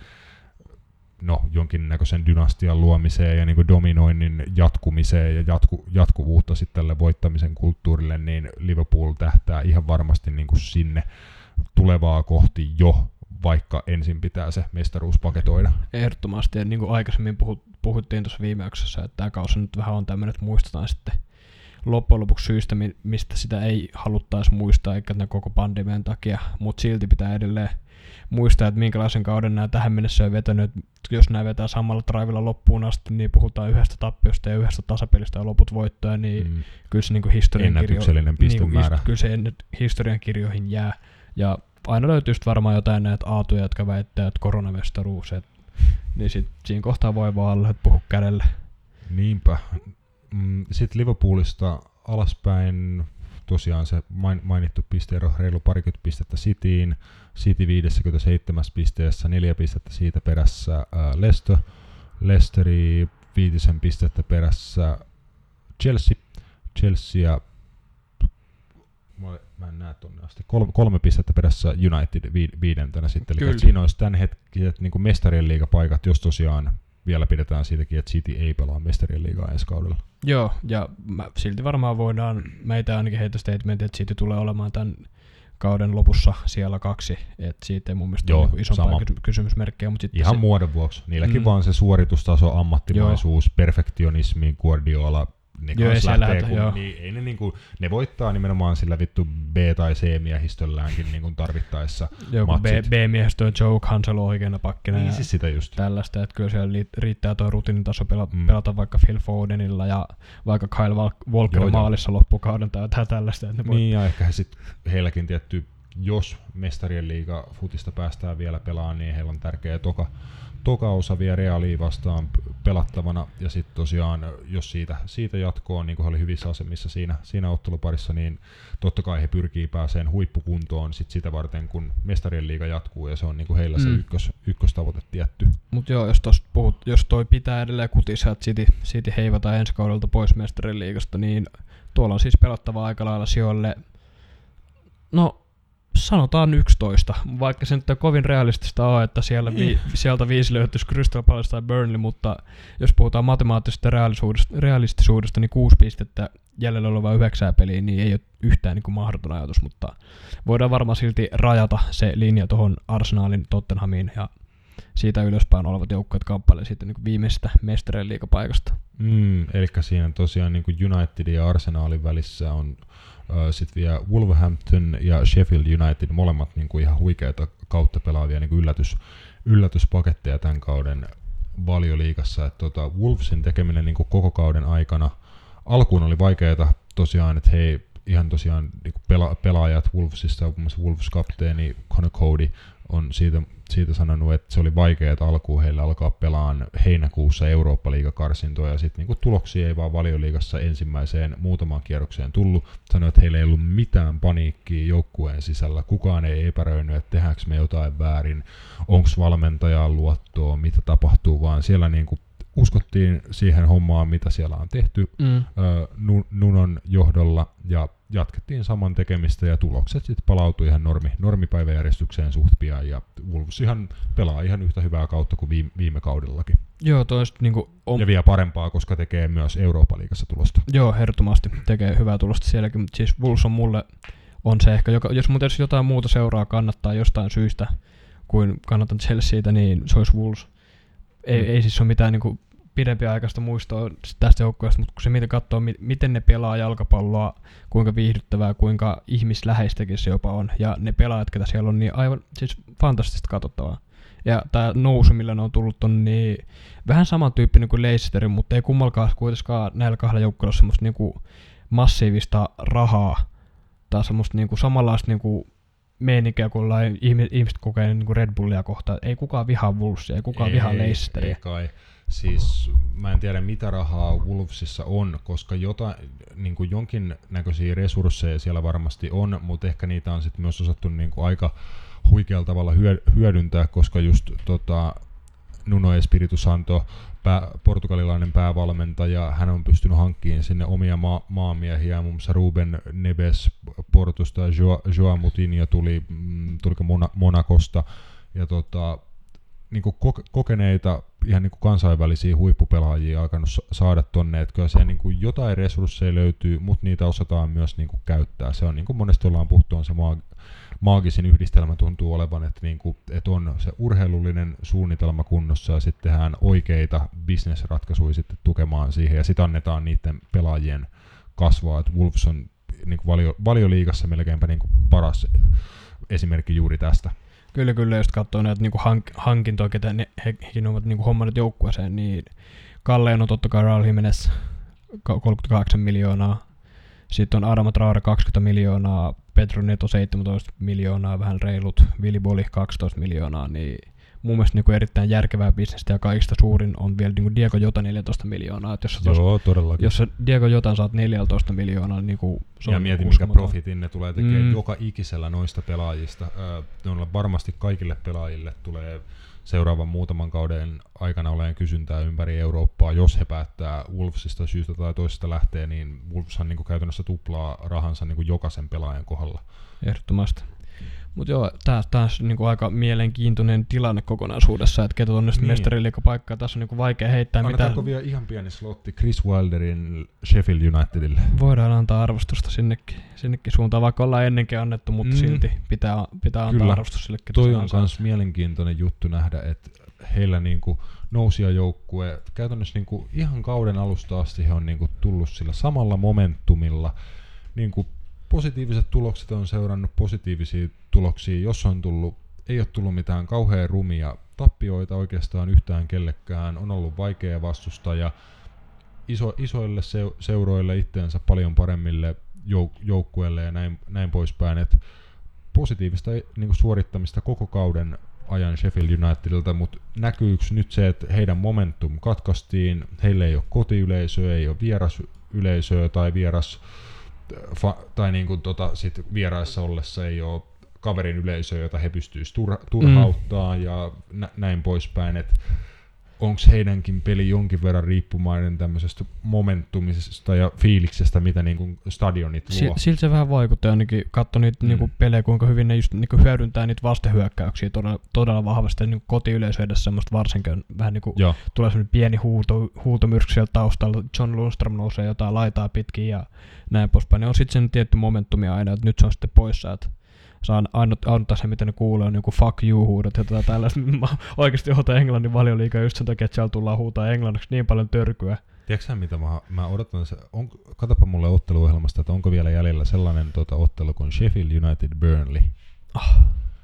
no, jonkinnäköisen dynastian luomiseen ja niin kun dominoinnin jatkumiseen ja jatku, jatkuvuutta sitten tälle voittamisen kulttuurille, niin Liverpool tähtää ihan varmasti niin kun sinne tulevaa kohti jo, vaikka ensin pitää se mestaruus paketoida. Ehdottomasti, ja niin kuin aikaisemmin puhut, puhuttiin tuossa viime jaksossa, että tämä kausi nyt vähän on tämmöinen, että muistetaan sitten loppujen lopuksi syystä, mistä sitä ei haluttaisi muistaa, eikä tämän koko pandemian takia, mutta silti pitää edelleen muistaa, että minkälaisen kauden nämä tähän mennessä on vetänyt. Jos nämä vetää samalla drivilla loppuun asti, niin puhutaan yhdestä tappiosta ja yhdestä tasapelistä ja loput voittoja, niin mm. kyllä se niin historian, kirjo, pistemäärä. Niin, kyllä se historian kirjoihin jää. Ja aina löytyy varmaan jotain näitä aatuja, jotka väittää, että koronamestaruus, et, niin sit siinä kohtaa voi vaan olla, että puhu kädelle. Niinpä. Sitten Liverpoolista alaspäin tosiaan se mainittu pisteero, reilu parikymmentä pistettä Cityin, City viisikymmentäseitsemän pisteessä, neljä pistettä siitä perässä äh, Leicester, Leicesteri viitisen pistettä perässä Chelsea, Chelsea mä en näe tonne asti. Kolme, kolme pistettä perässä United vi, viidentenä sitten. Eli siinä olisi tämänhetkiset niin kuin mestarien liigapaikat, jos tosiaan vielä pidetään siitäkin, että City ei pelaa mestarien liigaa ensi kaudella. Joo, ja mä, silti varmaan voidaan, meitä ainakin heitä statementti, että City tulee olemaan tämän kauden lopussa siellä kaksi, että siitä ei mun mielestä Joo, ole niin isompaa sama. kysymysmerkkejä. Mutta ihan se, muodon vuoksi. Niilläkin mm. vaan se suoritustaso, ammattimaisuus, Joo. perfektionismi, Guardiola, niin joo, ei lähtee, kun, joo. Niin, ei ne, niin kuin, ne voittaa nimenomaan sillä vittu B- tai C-miehistöllänkin niin kuin tarvittaessa Joku matsit. B- B-miehistö on Joe Cancelo oikeana pakkina niin, ja siis sitä just. tällaista, että kyllä siellä riittää tuo rutiinitaso pelata, mm. pelata vaikka Phil Fodenilla ja vaikka Kyle Walker joo, maalissa jo. loppukauden tai jotain tällaista. Että niin, voi... ja ehkä he sit, heilläkin tietty, jos mestarien liiga futista päästään vielä pelaamaan, niin heillä on tärkeä toka, toka osa vielä Realia vastaan pelattavana, ja sitten tosiaan, jos siitä, siitä jatkoon, niin kuin he oli hyvissä asemissa siinä, siinä otteluparissa, niin totta kai he pyrkii pääseen huippukuntoon sit sitä varten, kun mestarien liiga jatkuu, ja se on niin kuin heillä mm. se ykkös, ykköstavoite tietty. Mutta joo, jos, puhut, jos toi pitää edelleen kutissa, että City, City heivataan ensi kaudelta pois mestarien liigasta, niin tuolla on siis pelattava aika lailla sijoille, no sanotaan yksitoista, vaikka se nyt ei kovin realistista ole, että siellä vi, sieltä viisi löytyisi Crystal Palace tai Burnley, mutta jos puhutaan matemaattisesta realistisuudesta, realistisuudesta niin kuusi pistettä jäljellä olevaa yhdeksää peliä, niin ei ole yhtään niin kuin mahdoton ajatus, mutta voidaan varmaan silti rajata se linja tuohon Arsenalin, Tottenhamiin ja siitä ylöspäin olevat joukkueet kamppailevat sitten niin kuin viimeisestä mestarien liigapaikasta. Mm, eli siinä tosiaan niin kuin Unitedin ja Arsenalin välissä on sitten vielä Wolverhampton ja Sheffield United, molemmat niin kuin ihan huikeita kautta pelaavia niin kuin yllätys, yllätyspaketteja tämän kauden Valioliigassa. Et tota, Wolvesin tekeminen niin kuin koko kauden aikana, alkuun oli vaikeaa tosiaan, että hei, ihan tosiaan niin kuin pela, pelaajat Wolvesista, muun muassa Wolves-kapteeni Conor Cody on siitä, siitä sanonut, että se oli vaikeaa alkuun heillä alkaa pelaan heinäkuussa Eurooppa-liigakarsintoja, ja sitten niinku tuloksia ei vaan Valioliigassa ensimmäiseen muutamaan kierrokseen tullut. Sanoi, että heillä ei ollut mitään paniikkia joukkueen sisällä, kukaan ei epäröinyt, että tehdäänkö me jotain väärin, onko valmentajaan luottoa, mitä tapahtuu, vaan siellä niinku uskottiin siihen hommaan, mitä siellä on tehty mm. Nunon johdolla, ja jatkettiin saman tekemistä, ja tulokset sitten palautui ihan normi, normipäiväjärjestykseen suht pian, ja Wolves ihan pelaa ihan yhtä hyvää kautta kuin viime, viime kaudellakin. Joo, toista niinku on... Ja vielä parempaa, koska tekee myös Eurooppa-liigassa tulosta. Joo, ehdottomasti tekee hyvää tulosta sielläkin, mutta siis Wolves on mulle, on se ehkä, joka, jos mun tietysti jotain muuta seuraa kannattaa jostain syystä, kuin kannatan Chelseatä, niin se olisi Wolves. Ei, mm. ei siis ole mitään niinku pidempiaikaista muistoa tästä joukkueesta, mutta kun se miten katsoo, mi- miten ne pelaa jalkapalloa, kuinka viihdyttävää, kuinka ihmisläheistäkin se jopa on, ja ne pelaajat, ketä siellä on, niin aivan siis fantastista katsottavaa. Ja tämä nousu, millä ne on tullut, on niin vähän samantyyppinen kuin Leicesterin, mutta ei kummalkaan kuitenkaan näillä kahdella joukkueella semmoista niinku massiivista rahaa, tai semmoista niinku samanlaista niinku meininkiä, kun ihmiset kokee niinku Red Bullia kohtaan. Ei kukaan vihaa Wolvesia, ei kukaan ei, vihaa Leicesteria. Ei kai. Siis mä en tiedä mitä rahaa Wolvesissa on, koska jotain, niin kuin jonkin näköisiä resursseja siellä varmasti on, mutta ehkä niitä on sitten myös osattu niin kuin aika huikealla tavalla hyödyntää, koska just tota, Nuno Espirito Santo, pää, portugalilainen päävalmentaja, hän on pystynyt hankkimaan sinne omia ma- maamiehiä, muun muassa Ruben Neves Portusta, jo- Joao Moutinho tuli, mm, tuliko Mona- Monacosta, ja tota, niin kuin kokeneita ihan niin kuin kansainvälisiä huippupelaajia alkanut saada tonne, että kyllä siellä niin kuin jotain resursseja löytyy, mutta niitä osataan myös niin kuin käyttää. Se on niin kuin monesti ollaan puhuttu, on se maag- maagisin yhdistelmä tuntuu olevan, että, niin kuin, että on se urheilullinen suunnitelma kunnossa ja sitten tehdään oikeita bisnesratkaisuja sitten tukemaan siihen ja sitten annetaan niiden pelaajien kasvaa, että Wolves on niin kuin valio, valioliigassa melkeinpä niin kuin paras esimerkki juuri tästä. Kyllä, kyllä, jos katsoo näitä niinku hank- hankintoja, ketä ne, he, hekin ovat niinku hommannut joukkueeseen, niin Kalleen on totta kai Raul Jimenez kolmekymmentäkahdeksan miljoonaa, sitten on Adama Traore kaksikymmentä miljoonaa, Pedro Neto seitsemäntoista miljoonaa, vähän reilut, Willy Boli kaksitoista miljoonaa, niin mun mielestä niinku erittäin järkevää bisnestä ja kaikista suurin on vielä niinku Diego Jota neljätoista miljoonaa. Jos Joo, todellakin. Jos Diego Jotan saat neljätoista miljoonaa, niin kuin se ja on mieti, mikä profitin ne tulee tekemään mm. joka ikisellä noista pelaajista. Ne on varmasti kaikille pelaajille tulee seuraavan muutaman kauden aikana olemaan kysyntää ympäri Eurooppaa. Jos he päättää Wolvesista syystä tai toisesta lähtee, niin Wolveshan niin kuin käytännössä tuplaa rahansa niin kuin jokaisen pelaajan kohdalla. Ehdottomasti. Mutta joo, tää on niinku aika mielenkiintoinen tilanne kokonaisuudessa, että ketä on nyt niin. mestariliigapaikkaa. Tässä on niinku vaikea heittää mitään. Annetaanko vielä ihan pieni slotti Chris Wilderin Sheffield Unitedille? Voidaan antaa arvostusta sinnekin, sinnekin suuntaan, vaikka ollaan ennenkin annettu, mutta mm. silti pitää, pitää antaa Kyllä. arvostus sille. Toi on myös mielenkiintoinen juttu nähdä, että heillä niinku nousijajoukkue, käytännössä niinku ihan kauden alusta asti he on niinku tullut sillä samalla momentumilla. Niinku positiiviset tulokset on seurannut positiivisia tuloksia, jos on tullut, ei ole tullut mitään kauhean rumia tappioita oikeastaan yhtään kellekään, on ollut vaikea vastustaja iso, isoille seuroille itteensä paljon paremmille jouk- joukkueille ja näin, näin poispäin, että positiivista niin kuin suorittamista koko kauden ajan Sheffield Unitedilta, mutta näkyykö nyt se, että heidän momentum katkaistiin, heillä ei ole kotiyleisöä, ei ole vierasyleisöä tai vieras, fa, tai niin kuin tota, sit vieraissa ollessa ei ole kaverin yleisöä, jota he pystyisivät turha, turhauttaa mm. ja nä, näin poispäin, että onko heidänkin peli jonkin verran riippumainen tämmöisestä momentumisesta ja fiiliksestä, mitä niinku stadionit luo? Siltä se vähän vaikutti ainakin. Katso niitä mm. niinku pelejä, kuinka hyvin ne just niinku hyödyntää niitä vastahyökkäyksiä todella, todella vahvasti. Niinku kotiyleisö edessä semmoista varsinkin vähän niinku tulee semmoinen pieni huuto, huutomyrsky sieltä taustalla. John Lundström nousee jotain laitaa pitkin ja näin poispäin. Ne on sitten sen tietty momentumia aina, että nyt se on sitten poissa. Että saan ainut, ainut asia, mitä ne kuulee, on joku fuck you-huudot ja tätä tällaista. Mä oikeasti odotan Englannin Valioliigaa just sen takia, että siellä tullaan huutaa englanniksi niin paljon törkyä. Tiedätkö mitä mä, mä odotan, se, on, katsopa mulle otteluohjelmasta, että onko vielä jäljellä sellainen tota, ottelu kuin Sheffield United Burnley. Oh.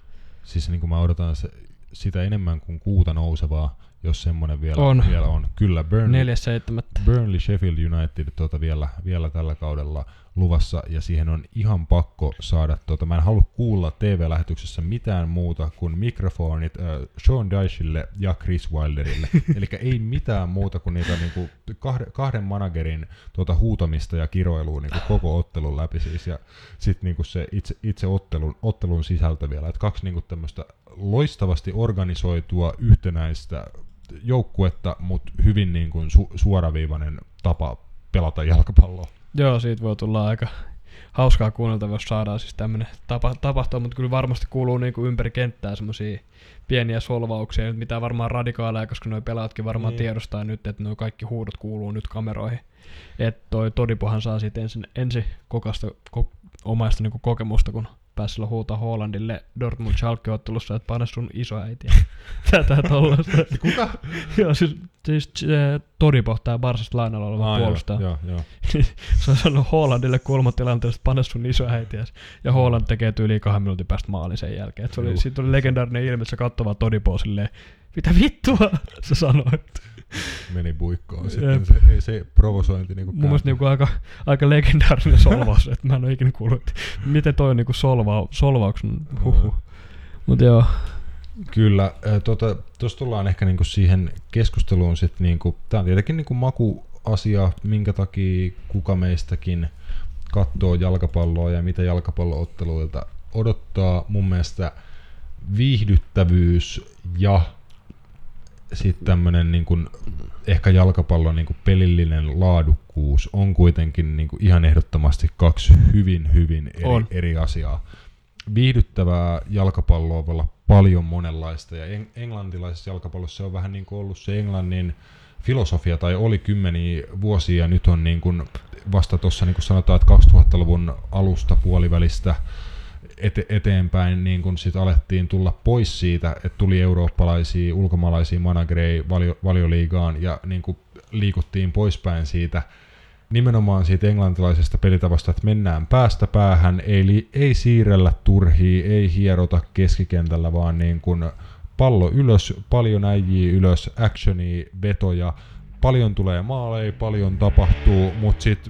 Siis niin kuin mä odotan se, sitä enemmän kuin kuuta nousevaa, jos semmoinen vielä on. Vielä on. Kyllä Burnley, neljäs seitsemättä Burnley Sheffield United tota, vielä, vielä tällä kaudella luvassa, ja siihen on ihan pakko saada, tota, mä en halua kuulla T V-lähetyksessä mitään muuta kuin mikrofonit äh, Sean Dychelle ja Chris Wilderille. Eli ei mitään muuta kuin niitä niinku, kahden, kahden managerin tota, huutamista ja kiroilua niinku, koko ottelun läpi siis, ja sitten niinku, se itse, itse ottelun, ottelun sisältö vielä. Et kaksi niinku, tämmöistä loistavasti organisoitua yhtenäistä joukkuetta, mutta hyvin niinku, su- suoraviivainen tapa pelata jalkapalloa. Joo, siitä voi tulla aika hauskaa kuunneltavaa, jos saadaan siis tämmönen tapa, tapahtua, mutta kyllä varmasti kuuluu niinku ympäri kenttää semmosia pieniä solvauksia, nyt mitään varmaan radikaaleja, koska noi pelaatkin varmaan niin tiedostaa nyt, että noi kaikki huudot kuuluu nyt kameroihin. Että toi Todipohan saa siitä ensin, ensi kokasta, ko, omaista niinku kokemusta, kun pääsi silloin huutaa Haalandille Dortmund-Schalke-ottelussa, että pane sun isoäitiä. Tätä tollaista. Kuka? Joo, siis, siis äh, Todipo, tää Barsasta lainalla oleva ah, puolustaja. Joo, joo, se on sanonut Haalandille kolmotilanteessa, että pane sun isoäitiä. Ja Haaland tekee yli kahden minuutin päästä maalin sen jälkeen. Et se oli, siitä oli legendaarinen ilme, että se katsoi vaan Todipoa silleen, mitä vittua, se sanoi. Meni buikkoon. Sitten se, ei, se provosointi niinku mun mielestä niinku aika, aika legendaarinen solvaus, että mä en ole ikinä kuullut, että miten toi on niinku solva, solvauksen huhu. Mut joo. Kyllä, tuossa tota, tullaan ehkä niinku siihen keskusteluun sit niinku, tää on tietenkin niinku makuasia, minkä takia kuka meistäkin katsoo jalkapalloa ja mitä jalkapallootteluilta odottaa. Mun mielestä viihdyttävyys ja sitten tämmönen niinku, ehkä jalkapallon niinku pelillinen laadukkuus on kuitenkin niinku ihan ehdottomasti kaksi hyvin hyvin eri, eri asiaa. Viihdyttävää jalkapalloa voi olla paljon monenlaista, ja eng- englantilaisessa jalkapallossa on vähän niin kuin ollut se Englannin filosofia, tai oli kymmeniä vuosia, ja nyt on niin kuin vasta tuossa niin kuin sanotaan, että kaksituhattaluvun alusta puolivälistä ete- eteenpäin niin kuin sit alettiin tulla pois siitä, että tuli eurooppalaisia, ulkomaalaisia managereja valio- valioliigaan, ja niin kuin liikuttiin poispäin siitä nimenomaan siitä englantilaisesta pelitavasta, että mennään päästä päähän, ei, li- ei siirrellä turhia, ei hierota keskikentällä, vaan niin kuin pallo ylös, paljon äijiä ylös, actionia, vetoja, paljon tulee maaleja, paljon tapahtuu, mutta sitten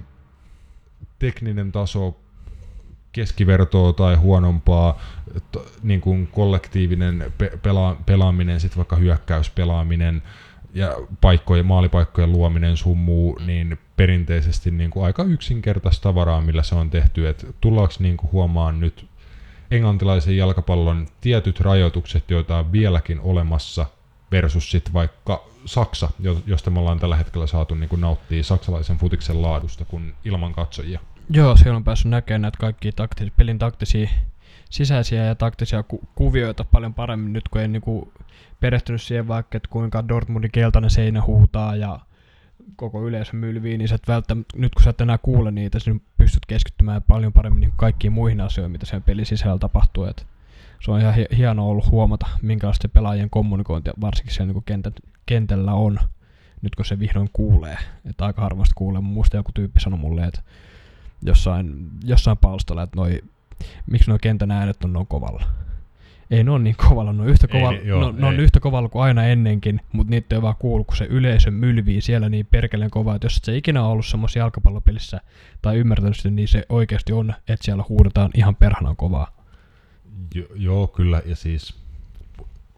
tekninen taso keskivertoa tai huonompaa, t- niin kuin kollektiivinen pe- pela- pelaaminen, sitten vaikka hyökkäyspelaaminen ja paikkojen, maalipaikkojen luominen summuu, niin perinteisesti niin kuin aika yksinkertaista tavaraa, millä se on tehty. Et tullaanko niin kuin huomaan nyt englantilaisen jalkapallon tietyt rajoitukset, joita on vieläkin olemassa, versus sitten vaikka Saksa, josta me ollaan tällä hetkellä saatu niin kuin nauttia saksalaisen futiksen laadusta kuin ilman katsojia. Joo, siellä on päässyt näkemään näitä kaikkia taktisia, pelin taktisia sisäisiä ja taktisia ku- kuvioita paljon paremmin nyt, kun ei niinku perehtynyt siihen vaikka, että kuinka Dortmundin keltainen seinä huutaa ja koko yleisö mylvii, niin sä et välttämättä, nyt kun sä et enää kuule niitä, sä pystyt keskittymään paljon paremmin niin kaikkiin muihin asioihin, mitä sen pelin sisällä tapahtuu. Et se on ihan hi- hienoa ollut huomata, minkälaista se pelaajien kommunikointi varsinkin siellä niin kentän, kentällä on, nyt kun se vihdoin kuulee. Et aika harvasti kuulee. Muista joku tyyppi sanoi mulle, että jossain, jossain palstalla, että noi, miksi nuo kentän äänet on noin kovalla. Ei ne on niin kovalla, ne on yhtä kovalla, ei, joo, no, ne on yhtä kovalla kuin aina ennenkin, mutta niitä ei vaan kuulu, kun se yleisö mylvii siellä niin perkeleen kovaa, että jos et sä ikinä ollut semmoisessa jalkapallopelissä tai ymmärtänyt sitä, niin se oikeasti on, että siellä huudetaan ihan perhanan kovaa. Jo, joo, kyllä, ja siis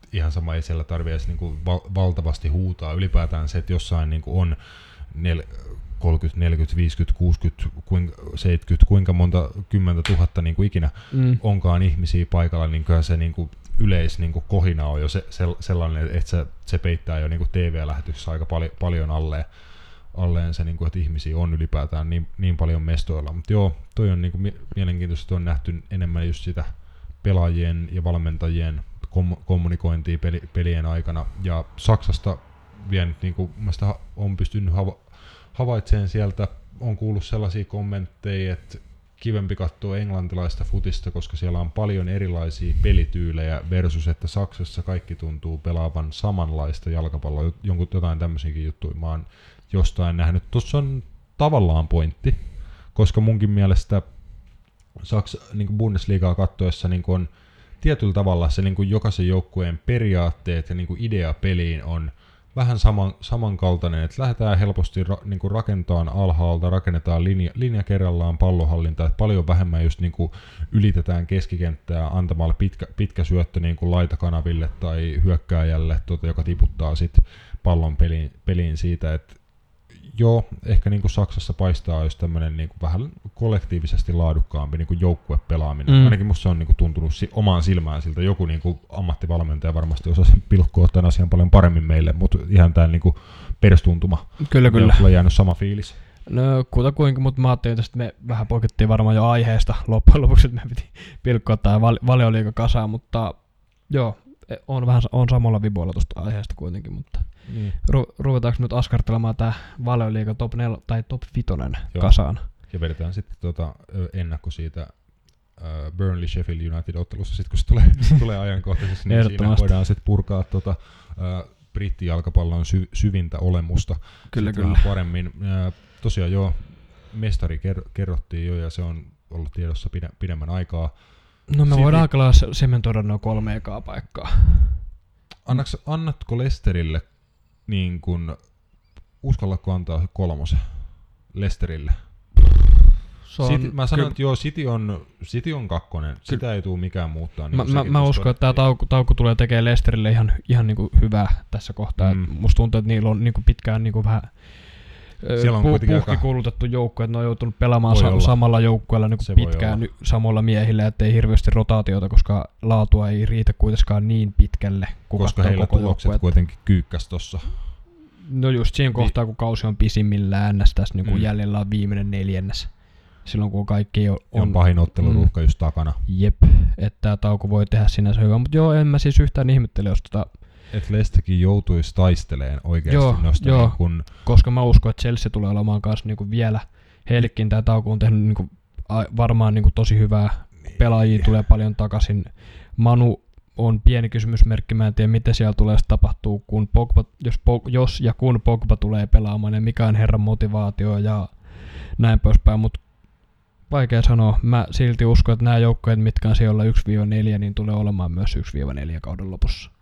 ihan sama ei siellä tarvitse edes niinku val- valtavasti huutaa. Ylipäätään se, että jossain niinku on nel- kolmekymmentä, neljäkymmentä, viisikymmentä, kuusikymmentä, kuinka, seitsemänkymmentä, kuinka monta kymmentä tuhatta niin kuin ikinä mm. onkaan ihmisiä paikalla, niin kyllä se niin kuin yleis niin kuin kohina on jo se, se, sellainen, että se, se peittää jo niin kuin T V-lähetyksessä aika pali, paljon alleen, alleen se, niin kuin, että ihmisiä on ylipäätään niin, niin paljon mestoilla. Mutta joo, toi on niin kuin mielenkiintoista, että on nähty enemmän just sitä pelaajien ja valmentajien kom- kommunikointia peli, pelien aikana. Ja Saksasta vielä nyt niin kuin, mielestäni on pystynyt hava- havaitsen sieltä, on kuullut sellaisia kommentteja, että kivempi katsoa englantilaista futista, koska siellä on paljon erilaisia pelityylejä versus, että Saksassa kaikki tuntuu pelaavan samanlaista jalkapalloa, jonkun jotain tämmöisiäkin juttuja. Mä oon jostain nähnyt. Tuossa on tavallaan pointti, koska munkin mielestä Saksa niin Bundesligaa katsoessa niin on tietyllä tavalla se niin jokaisen joukkueen periaatteet ja niin idea peliin on vähän saman, samankaltainen, että lähdetään helposti ra, niin kuin rakentamaan alhaalta, rakennetaan linja, linja kerrallaan pallohallintaa, että paljon vähemmän just niin kuin ylitetään keskikenttää antamalla pitkä, pitkä syöttö niin kuin laitakanaville tai hyökkääjälle, tuota, joka tiputtaa sit pallon peliin, peliin siitä, että joo, ehkä niin kuin Saksassa paistaa just tämmöinen niin kuin vähän kollektiivisesti laadukkaampi niin kuin joukkuepelaaminen. Mm. Ainakin musta se on niin kuin tuntunut si- omaan silmään siltä. Joku niin kuin ammattivalmentaja varmasti osaa pilkkoa tämän asian paljon paremmin meille, mutta ihan tämä niin kuin perustuntuma. Kyllä, kyllä. On jäänyt sama fiilis. No kutakuinkin, mutta mä ajattelin, että me vähän poikettiin varmaan jo aiheesta loppujen lopuksi, että me piti pilkkoa tämä val- valioliiga kasaan, mutta joo, on vähän on samalla viboilla tuosta aiheesta kuitenkin, mutta niin. Ru- ruvetaanko nyt askartelemaan tämä valioliiga top neljä tai top viisi kasaan? Ja vedetään sitten tuota, ennakko siitä uh, Burnley Sheffield United ottelussa, sit kun se tulee, tulee ajankohtaisesti, niin siinä voidaan sitten purkaa tuota, uh, brittijalkapallon sy- syvintä olemusta kyllä, kyllä. paremmin. Uh, tosiaan joo, mestari ker- kerrottiin jo ja se on ollut tiedossa pide- pidemmän aikaa. No me Siin... voidaan alkaa sementoida noin kolme ekaa paikkaa. Annaks, annatko Leicesterille, niin kun, uskallatko antaa kolmosen Leicesterille? City, mä sanon, että joo, City on, City on kakkonen, ky- sitä ei tule mikään muuttaa. Niin mä mä, mä uskon, että tämä tauko, tauko tulee tekemään Leicesterille ihan, ihan niinku hyvää tässä kohtaa. Mm. Musta tuntuu, että niillä on niinku pitkään niinku vähän pu- puhkikuulutettu joukko, että ne on joutunut pelaamaan sa- samalla joukkueella niinku pitkään ny- samoilla miehillä, ettei hirveästi rotaatiota, koska laatua ei riitä kuitenkaan niin pitkälle. Koska heillä tulokset joukkueet kuitenkin kyykkäs tossa. No just siinä kohtaa, kun kausi on pisimmillään, ns. Tässä niinku mm. jäljellä on viimeinen neljännes. Silloin kun kaikki on... on pahin otteluruuhka mm, just takana. Jep, että tämä tauko voi tehdä sinänsä hyvä, mutta joo, en mä siis yhtään ihmettele, jos tota... Että Leicesterkin joutuisi taisteleen oikeasti joo, noista joo, niin kun... koska mä uskon, että Chelsea tulee olemaan kanssa niinku vielä, heillekin tämä tauko on tehnyt niinku a, varmaan niinku tosi hyvää, pelaajia niin. Tulee paljon takaisin. Manu on pieni kysymysmerkki, mä en tiedä mitä siellä tulee tapahtuu, kun Pogba, jos, jos ja kun Pogba tulee pelaamaan ja mikä on herran motivaatio ja näin poispäin, mutta vaikea sanoa. Mä silti uskon, että nämä joukkueet, mitkä on siellä yksi neljä, niin tulee olemaan myös yksi neljä kauden lopussa.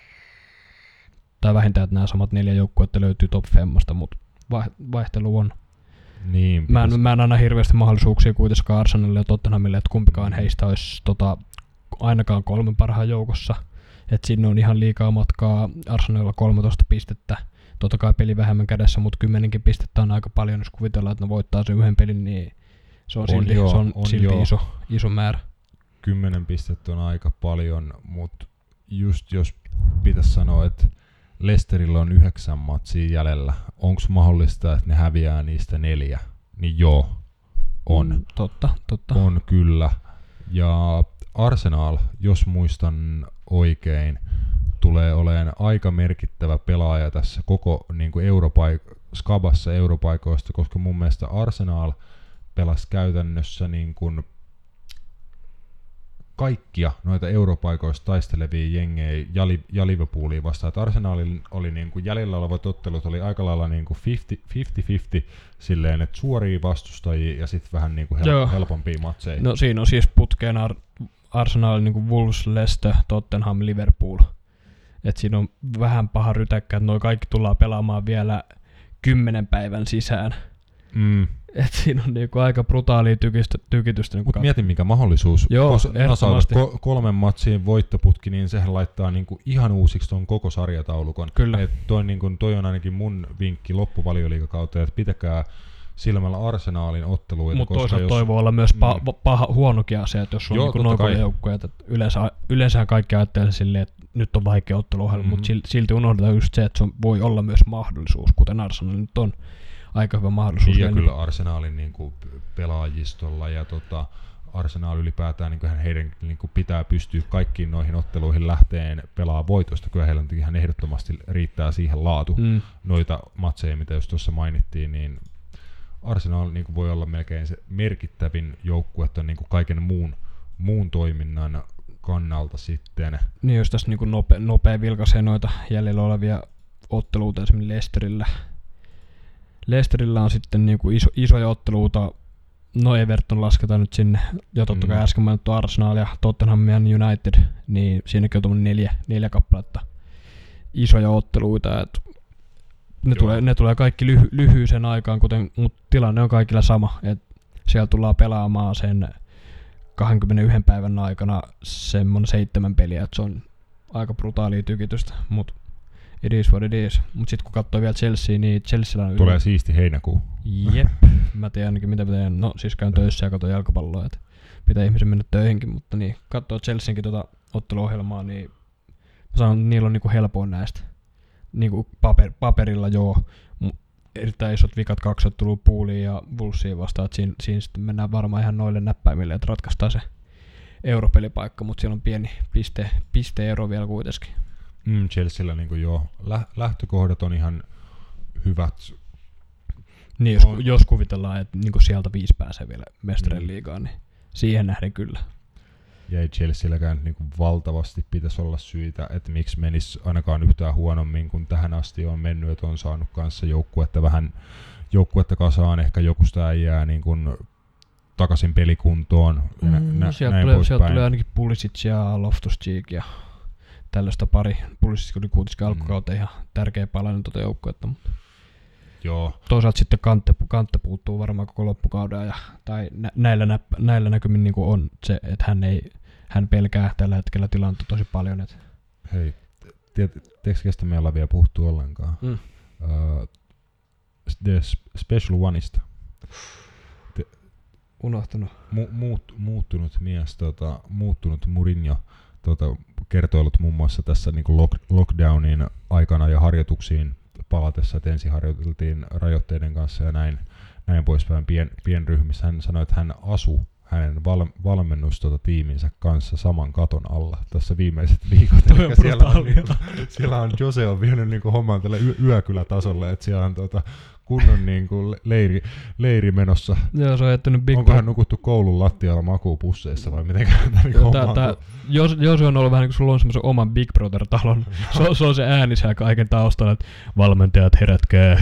Tai vähintään, että nämä samat neljä joukkuetta löytyy top femmasta, mutta vaihtelu on. Niin, mä, en, mä en anna hirveästi mahdollisuuksia kuitenkaan Arsenalille ja Tottenhamille, että kumpikaan heistä olisi tota, ainakaan kolmen parhaan joukossa. Että sinne on ihan liikaa matkaa. Arsenalilla kolmetoista pistettä. Totta kai peli vähemmän kädessä, mutta kymmenenkin pistettä on aika paljon. Jos kuvitellaan, että ne voittaa sen yhden pelin, niin se on, on silti, joo, se on on silti iso, iso määrä. Kymmenen pistettä on aika paljon, mutta just jos pitäisi sanoa, että Leicesterillä on yhdeksän matsia jäljellä, onko mahdollista, että ne häviää niistä neljä? Niin joo, on. Mm, totta, totta. On kyllä. Ja Arsenal, jos muistan oikein, tulee olemaan aika merkittävä pelaaja tässä koko niin kuin europaik- skabassa europaikoista, koska mun mielestä Arsenal pelasi käytännössä niin kuin kaikkia noita europaikoista taistelevia jengejä ja, li- ja Liverpoolia vastaan. Että Arsenalin oli niin kuin jäljellä olevat ottelut oli aika lailla niin kuin viisikymmentä viisikymmentä silleen, että suoria vastustajia ja sitten vähän niin kuin hel- helpompia matseja. No siinä on siis putkeen Ar- Arsenal niin kuin Wolves, Leicester, Tottenham, Liverpool. Et siinä on vähän paha rytäkkä, että noi kaikki tullaan pelaamaan vielä kymmenen päivän sisään. Mm. Et siinä on niinku aika brutaalia tykistä, tykitystä. Niinku Mutta mietin mikä mahdollisuus. Joo, Nasalta ko- kolmen matsiin voittoputki, niin sehän laittaa niinku ihan uusiksi ton koko sarjataulukon. Kyllä. Et toi, niinku, toi on ainakin mun vinkki loppuvalioliigakauteen, että pitäkää silmällä Arsenaalin otteluita. Mutta koska toisaalta jos... toi voi olla myös paha, mm. paha huonokin asia, että jos on Joo, niinku noin kovia joukkoja, että yleensä, yleensä kaikki ajattelee silleen, että nyt on vaikea otteluohjelma, mm-hmm. mutta silti unohdetaan just se, että se on, voi olla myös mahdollisuus, kuten Arsenal nyt on aika hyvä mahdollisuus. Niin ja kyllä Arsenalin niinku pelaajistolla ja tota, Arsenal ylipäätään niinku heidän niinku pitää pystyä kaikkiin noihin otteluihin lähteen pelaa voitosta. Kyllä heillä ihan ehdottomasti riittää siihen laatu. Mm. Noita matseja, mitä jos tuossa mainittiin, niin Arsenal niinku voi olla melkein se merkittävin joukkue niinku kaiken muun, muun toiminnan kannalta sitten. Niin jos tässä niinku nope, nopea vilkaisee noita jäljellä olevia otteluita esimerkiksi Leicesterillä. Leicesterillä on sitten niinku iso, isoja otteluita. No Everton lasketaan nyt sinne. Ja totta kai mm. äsken mainittu Arsenal ja Tottenham ja United. Niin siinäkin on tuommoinen neljä, neljä kappaletta isoja otteluita. Et ne, tulee, ne tulee kaikki lyhy, lyhyisen aikaan, kuten, mutta tilanne on kaikilla sama. Et siellä tullaan pelaamaan sen kaksikymmentäyksi päivän aikana semmoinen seitsemän peliä. Et se on aika brutaalia tykitystä. Mut it is what it is. Mut sit kun katsoo vielä Chelsea, niin Chelsealla on... Tulee yli... siisti heinäkuu. Jep. Mä tiedän ainakin mitä pitää. No siis käyn töissä ja katson jalkapalloa. Et pitää ihmisen mennä töihinkin, mutta niin. Katsoo Chelseankin tuota otteluohjelmaa, niin mä sanon, että niillä on niinku helpoin näistä. Niinku paper, paperilla joo. Erittäin isot vikat kaksi ottelua Pooliin ja Wolvesiin vastaan. Siinä, siinä sitten mennään varmaan ihan noille näppäimille, että ratkaistaan se europelipaikka, mutta siellä on pieni piste, pisteero vielä kuitenkin. Mm, Chelsealla niin joo, lä- lähtökohdat on ihan hyvät. Niin, jos, on. jos kuvitellaan, että niin sieltä viisi pääsee vielä mestarien liigaan, niin siihen nähden kyllä. Ja ei Chelsealläkään niin valtavasti pitäisi olla syitä, että miksi menisi ainakaan yhtään huonommin kuin tähän asti on mennyt, että on saanut kanssa joukkuetta vähän joukkuetta kasaan, ehkä joku sitä äijää niin kuin takaisin pelikuntoon. Ja mm, nä- sieltä näin tulee, sieltä tulee ainakin Pulisic ja Loftus-Cheek ja tällaista pari. Pulisic oli kuitenkin alkukauteen ihan tärkeä palainen tuota joukkuetta. Joo. Toisaalta sitten Kantte, Kantte puuttuu varmaan koko loppukauden. Ja, tai nä- näillä, nä- näillä näkymin niin on se, että hän, ei, hän pelkää tällä hetkellä tilannetta tosi paljon. Että. Hei, tiedätkö kestä me ollaan vielä puhuttu ollenkaan? Mm. Uh, The Special Oneista. Te, Unohtunut. Mu- muut, muuttunut mies, tota, muuttunut Mourinho. Tota, kertoilut muun muassa tässä niin kuin lock, lockdownin aikana ja harjoituksiin palatessa, että ensin harjoiteltiin rajoitteiden kanssa ja näin, näin poispäin pien, pienryhmissä. Hän sanoi, että hän asui hänen val, valmennustiiminsä kanssa saman katon alla tässä viimeiset viikot. Eli siellä, on, niin kuin, siellä on Jose on vienyt niin kuin homman tälle yö, yökylätasolle, että siellä on tota, kunnon niin kuin leiri, leiri menossa. Joo, se on jättänyt Big Onko hän nukuttu koulun lattialla makuupusseissa vai mitenkään tämä niin homma on? Jos, jos on ollut vähän niin kuin sulla on semmoisen oman Big Brother-talon, se, se on se ääni siellä kaiken taustalla, että valmentajat herätkää.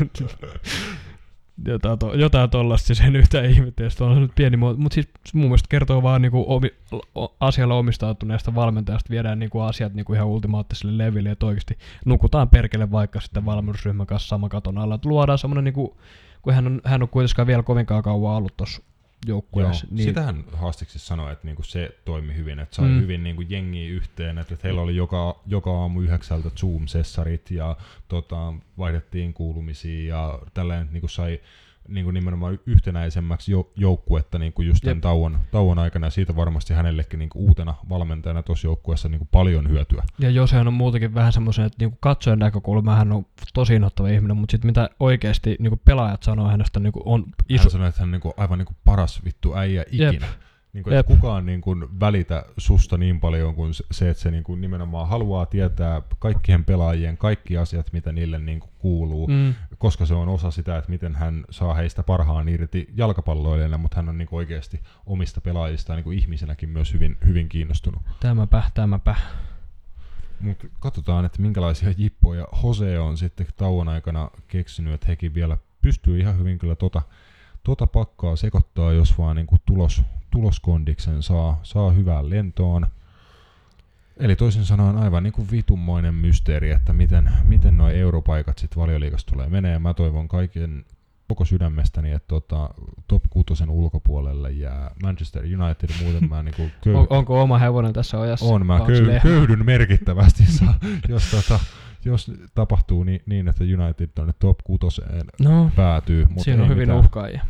Jotain, to, jotain tollaista sen yhtään ihmetteistä on nyt pieni, mutta siis mun mielestä kertoo vaan niinku omi, o, asialla omistautuneesta valmentajasta, viedään niinku asiat niinku ihan ultimaattiselle leville, että oikeasti nukutaan perkele vaikka sitten valmennusryhmän kanssa sama katon alla, että luodaan semmoinen, niinku, kun hän on, hän on kuitenkaan vielä kovinkaan kauan ollut tuossa joukkueessa. Joo, niin sitähän Haastiksi sanoi, että niinku se toimi hyvin, että sai mm. hyvin niinku jengiä yhteen, että heillä oli joka, joka aamu yhdeksältä Zoom-sessarit ja tota, vaihdettiin kuulumisia ja tällainen niinku sai niinku nimenomaan yhtenäisemmäksi joukkuetta niinku just tämän tauon, tauon aikana ja siitä varmasti hänellekin niinku uutena valmentajana tuossa joukkueessa niinku paljon hyötyä. Ja jos hän on muutenkin vähän semmoisen, että niinku katsojan näkökulma hän on tosi innoittava ihminen, mutta sitten mitä oikeasti niinku pelaajat sanoo hänestä niinku on iso. Hän sanoo, että hän on niinku aivan niinku paras vittu äijä ikinä. Jep. Niin kuin, että kukaan niin kuin välitä susta niin paljon kuin se, että se niin kuin nimenomaan haluaa tietää kaikkien pelaajien kaikki asiat, mitä niille niin kuin kuuluu, mm. koska se on osa sitä, että miten hän saa heistä parhaan irti jalkapalloilijana, mutta hän on niin kuin oikeasti omista pelaajistaan niin kuin ihmisenäkin myös hyvin, hyvin kiinnostunut. Tämäpä, tämäpä. Mutta katsotaan, että minkälaisia jippoja Jose on sitten tauon aikana keksinyt, että hekin vielä pystyy ihan hyvin kyllä tota, tota pakkaa sekoittaa, jos vaan niin kuin tulos tuloskondiksen saa, saa hyvään lentoon. Eli toisin sanoen aivan niin kuin vitummoinen mysteeri, että miten, miten nuo europaikat sitten Valioliigassa tulee menee. Mä toivon kaiken, koko sydämestäni, että tota, top kuutosen ulkopuolelle jää Manchester United. Muuten mä niinku köy- On, onko oma hevonen tässä ojassa? On, mä köy- köydyn merkittävästi, jos, tota, jos tapahtuu niin, niin, että United tonne top kuutoseen no, päätyy. Mutta siinä on hyvin mitään. uhkaajia.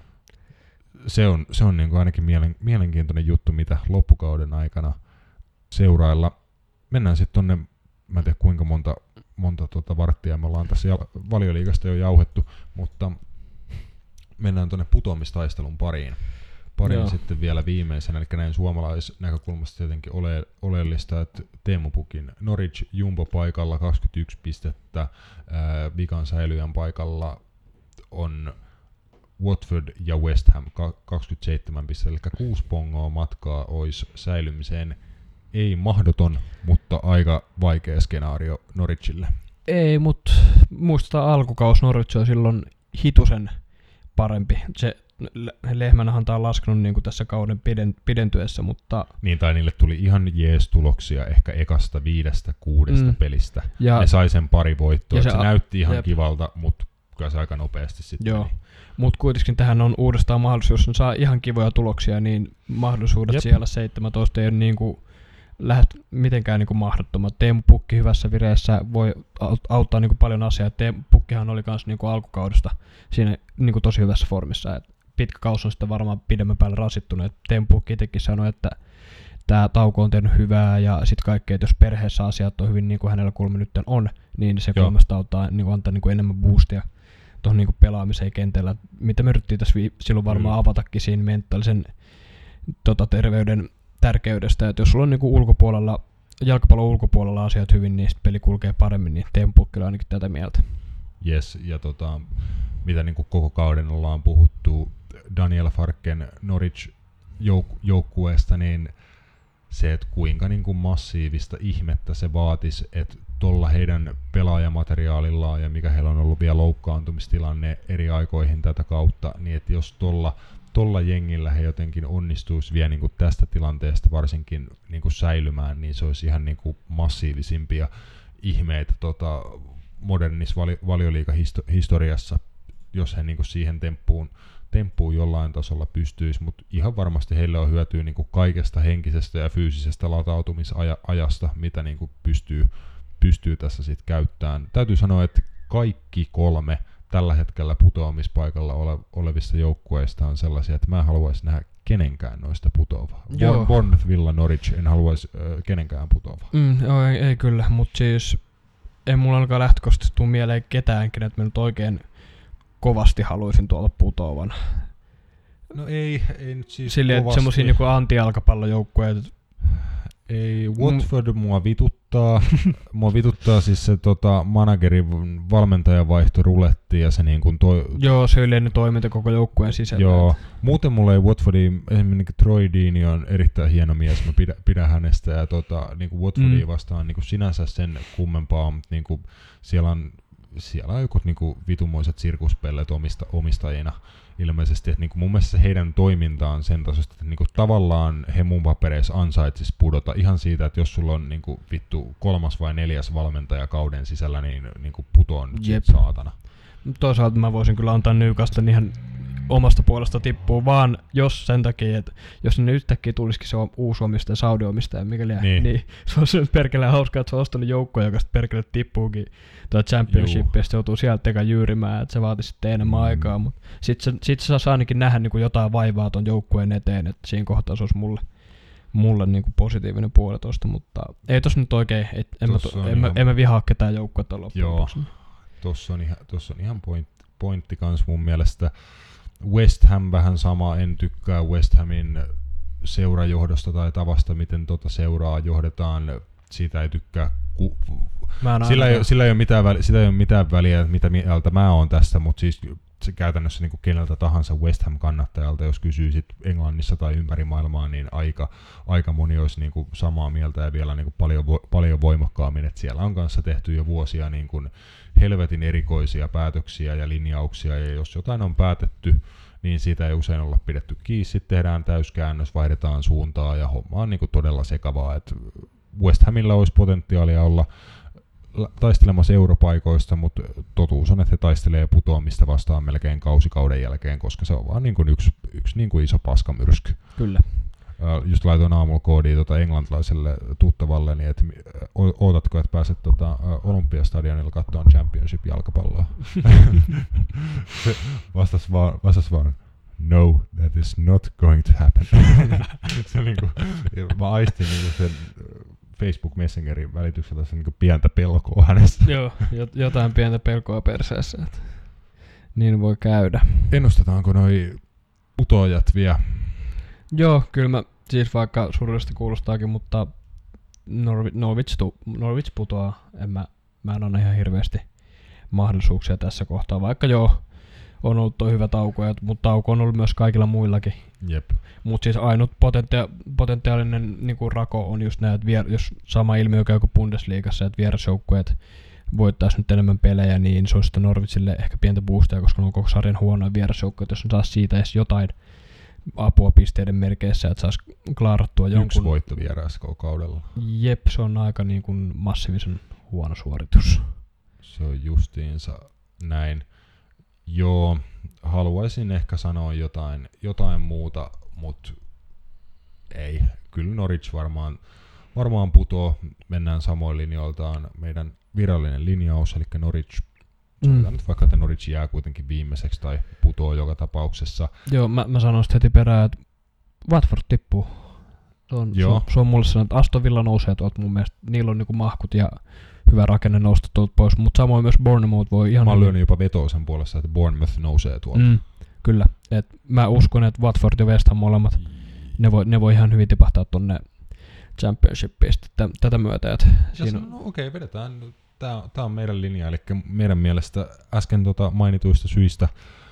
Se on, se on niinku ainakin mielen, mielenkiintoinen juttu, mitä loppukauden aikana seurailla. Mennään sitten tonne, mä en tiedä kuinka monta, monta tota varttia me ollaan tässä Valioliigasta jo jauhettu, mutta mennään tonne putoamistaistelun pariin. Pariin Joo. sitten vielä viimeisenä, eli näin suomalaisnäkökulmasta tietenkin ole, oleellista, että Teemu Pukin Norwich Jumbo paikalla kaksikymmentäyksi pistettä, ää, Vikan säilyjän paikalla on Watford ja West Ham kaksikymmentäseitsemän pistettä, eli kuusi pongoa matkaa olisi säilymiseen. Ei mahdoton, mutta aika vaikea skenaario Norwichille. Ei, mutta muistetaan alkukaus Norwich on silloin hitusen parempi. Se lehmänähän tämä on laskenut niin kuin tässä kauden piden, pidentyessä, mutta... Niin, tai niille tuli ihan jees tuloksia ehkä ekasta viidestä, kuudesta mm. pelistä. Ja ne sai sen pari voittoa. Se, se näytti ihan jep. kivalta, mutta kyllä se aika nopeasti sitten. Joo, mutta kuitenkin tähän on uudestaan mahdollisuus, jos ne saa ihan kivoja tuloksia, niin mahdollisuudet jep. siellä seitsemäntoista ei ole niin kuin lähes mitenkään niin kuin mahdottomat. Teemu Pukki hyvässä vireessä voi auttaa niin kuin paljon asiaa. Teemu Pukkihan oli myös niin kuin alkukaudesta siinä niin kuin tosi hyvässä formissa. Et pitkä kausi on sitten varmaan pidemmän päälle rasittunut. Teemu Pukki itsekin sanoi, että tämä tauko on tehnyt hyvää ja sitten kaikkea, että jos perheessä asiat on hyvin niin kuin hänellä kulma nyt on, niin se kolmesta auttaa niin kuin antaa niin kuin enemmän boostia tuohon niin kuin pelaamiseen kentällä. Mitä me yritettiin tässä vi- silloin varmaan mm. avatakin siinä mentaalisen tota, terveyden tärkeydestä, että jos sulla on niinku ulkopuolella, jalkapallon ulkopuolella asiat hyvin, niin sit peli kulkee paremmin, niin Teemu Pukkila ainakin tätä mieltä. Yes, ja tota, mitä niinku koko kauden ollaan puhuttu Daniel Farken Norwich jouk- joukkueesta, niin se, että kuinka niinku massiivista ihmettä se vaatisi, että tuolla heidän pelaajamateriaalillaan ja mikä heillä on ollut vielä loukkaantumistilanne eri aikoihin tätä kautta, niin että jos tuolla Tolla jengillä he jotenkin onnistuisi vielä niin kuin tästä tilanteesta varsinkin niin kuin säilymään, niin se olisi ihan niin kuin massiivisimpia ihmeitä tota, modernissa vali- valioliigahistoriassa, jos he niin kuin siihen temppuun, temppuun jollain tasolla pystyisi, mutta ihan varmasti heille on hyötyä niin kuin kaikesta henkisestä ja fyysisestä latautumisajasta, mitä niin kuin pystyy, pystyy tässä sitten käyttämään. Täytyy sanoa, että kaikki kolme tällä hetkellä putoamispaikalla ole, olevista joukkueista on sellaisia, että mä en haluaisi nähdä kenenkään noista putoavaa. Bournemouth, Villa, Norwich, en haluaisi äh, kenenkään putoavaa. Mm, joo, ei, ei kyllä, mutta siis ei mulla alkaa lähtökohtaisesti tule mieleen ketään, kenet mä nyt oikein kovasti haluaisin tuolla putoavan. No ei, ei nyt siis silleen, että semmosia niinku anti-jalkapallojoukkueet. Ei, Watford mm. mua vituttaa. Mua vituttaa siis se tota, managerin valmentajavaihto ruletti ja se niin kuin toi... Joo, se yleinen toiminta koko joukkueen sisällä. Joo, muuten mulla ei Watfordin, esimerkiksi Troy Deeney on erittäin hieno mies, mä pidän, pidän hänestä ja tota, niin kuin Watfordia mm. vastaan niin kuin sinänsä sen kummempaa, mutta niin kuin siellä on siellä on joku niinku vitumoiset sirkuspellet omista, omistajina ilmeisesti, että niinku mun mielestä heidän toiminta on sen tasosta, että niinku tavallaan he mun papereissa ansaitsis pudota ihan siitä, että jos sulla on niinku vittu kolmas vai neljäs valmentaja kauden sisällä, niin niinku putoon nyt saatana. Toisaalta mä voisin kyllä antaa Newcastle ihan omasta puolesta tippuu, vaan jos sen takia, että jos ne yhtäkkiä tulisikin se uusi omistaja, Saudi-omistaja, mikäli niin. niin se olisi nyt perkeleen hauskaa, että se on ostanut joukkoja, joka sitten perkele tippuukin tuo championship, ja sitten joutuu sieltä tekaan jyyrimään, että se vaatisi sitten enemmän mm. aikaa, mutta sitten se, sit se saisi ainakin nähdä niin kuin jotain vaivaa ton joukkueen eteen, että siinä kohtaa se olisi mulle, mulle niin kuin positiivinen puoli tosta, mutta ei tossa nyt oikein, et, en, mä, to, en, mä, en mä vihaa ketään joukkuetta loppujen lopuksi. Tuossa on ihan, tossa on ihan point, pointti kans mun mielestä. West Ham vähän sama, en tykkää West Hamin seurajohdosta tai tavasta, miten tota seuraa johdetaan. Siitä ei tykkää, ku, sillä, ei, sillä ei ole mitään väliä, sitä ei ole mitään väliä, mitä mieltä mä oon tästä, mutta siis se käytännössä niin kuin keneltä tahansa West Ham-kannattajalta, jos kysyy sit Englannissa tai ympäri maailmaa, niin aika, aika moni olisi niin kuin samaa mieltä ja vielä niin kuin paljon, paljon voimakkaammin, että siellä on kanssa tehty jo vuosia niin kuin helvetin erikoisia päätöksiä ja linjauksia, ja jos jotain on päätetty, niin siitä ei usein olla pidetty kiinni, sitten tehdään täyskäännös, vaihdetaan suuntaa, ja homma on niin kuin todella sekavaa, että West Hamilla olisi potentiaalia olla taistelemassa europaikoista, mutta totuus on, että he taistelee putoamista vastaan melkein kausikauden jälkeen, koska se on vaan niin kuin yksi, yksi niin kuin iso paskamyrsky. Kyllä. Just laitoin aamulla koodia tota englantilaiselle tuttavalle, niin että ootatko, että pääset tota Olympiastadionilla katsomaan Championship-jalkapalloa? vastas, vaan, vastas vaan, no, that is not going to happen. Se niinku, mä aistin niinku sen Facebook Messengerin välityksellä se niinku pientä pelkoa hänestä. Joo, jotain pientä pelkoa perseessä. Että niin voi käydä. Ennustetaanko noi putoajat vielä? Joo, kyllä mä, siis vaikka surullisesti kuulostaakin, mutta Norwich, Norwich, tu, Norwich putoaa. En mä, mä en anna ihan hirveästi mahdollisuuksia tässä kohtaa, vaikka joo, on ollut toi hyvä tauko, mutta tauko on ollut myös kaikilla muillakin. Jep. Mutta siis ainut potentia- potentiaalinen niinku rako on just näin, että vier, jos sama ilmiö käy kuin Bundesliigassa, että vierasjoukkueet voittaisi nyt enemmän pelejä, niin se olisi sitten Norwichille ehkä pientä boostia, koska ne on koko sarjan huonoja vierasjoukkueet, jos on taas siitä edes jotain apua pisteiden merkeissä, että saisi klaarattua jonkun. Yksi voitto vieraassa koko kaudella. Jep, se on aika niin kuin massiivisen huono suoritus. Se on justiinsa näin. Joo, haluaisin ehkä sanoa jotain, jotain muuta, mutta ei. Kyllä Norwich varmaan, varmaan putoo. Mennään samoin linjoiltaan meidän virallinen linjaus, eli Norwich. Sanotaan mm. nyt vaikka, että Norwich jää kuitenkin viimeiseksi tai putoo joka tapauksessa. Joo, mä, mä sanon sitten heti perään, että Watford tippuu. Se on, se on, se on mulle sellainen, että Aston Villa nousee tuolta mun mielestä. Niillä on niinku mahkut ja hyvä rakenne nousta tuolta pois, mutta samoin myös Bournemouth voi ihan... Mä oon lyönyt jopa vetoa sen puolesta, että Bournemouth nousee tuolta. Mm, kyllä, et mä uskon, että Watford ja West Ham molemmat, ne voi, ne voi ihan hyvin tipahtaa tonne Championshipiin tätä myötä. Et siinä on... No okei, okay, vedetään. Tää, tää on meidän linja, eli meidän mielestä äsken tota mainituista syistä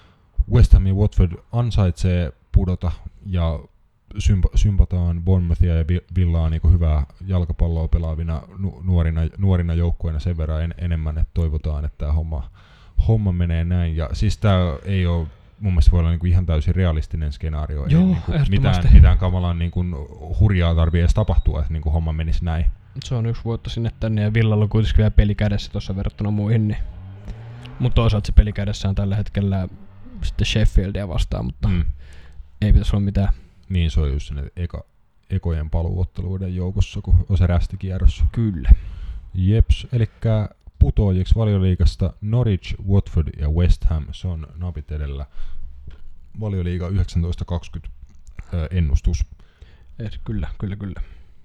West Ham ja Watford ansaitsee pudota ja sympa- sympataan Bournemouthia ja Villaa niin kuin hyvää jalkapalloa pelaavina nu- nuorina, nuorina joukkueina sen verran en- enemmän, että toivotaan, että tämä homma, homma menee näin. Ja siis tämä ei ole, mun mielestä voi olla niin kuin ihan täysin realistinen skenaario. Joo, ei niin kuin mitään, mitään kamalan niin kuin hurjaa tarvii edes tapahtua, että niin kuin homma menisi näin. Se on yksi voitto sinne tänne ja Villalla on kuitenkin vielä peli kädessä tuossa verrattuna muihin. Niin. Mutta toisaalta se peli kädessä on tällä hetkellä sitten Sheffieldia vastaan, mutta mm. ei pitäisi olla mitään. Niin, se on just sinne eka, ekojen paluuotteluiden joukossa, kun on se rästikierros. Kyllä. Jeps, elikkä putoajiksi Valioliigasta Norwich, Watford ja West Ham. Se on napit edellä. Valioliiga yhdeksäntoista kaksikymmentä äh, ennustus. Et, kyllä, kyllä, kyllä.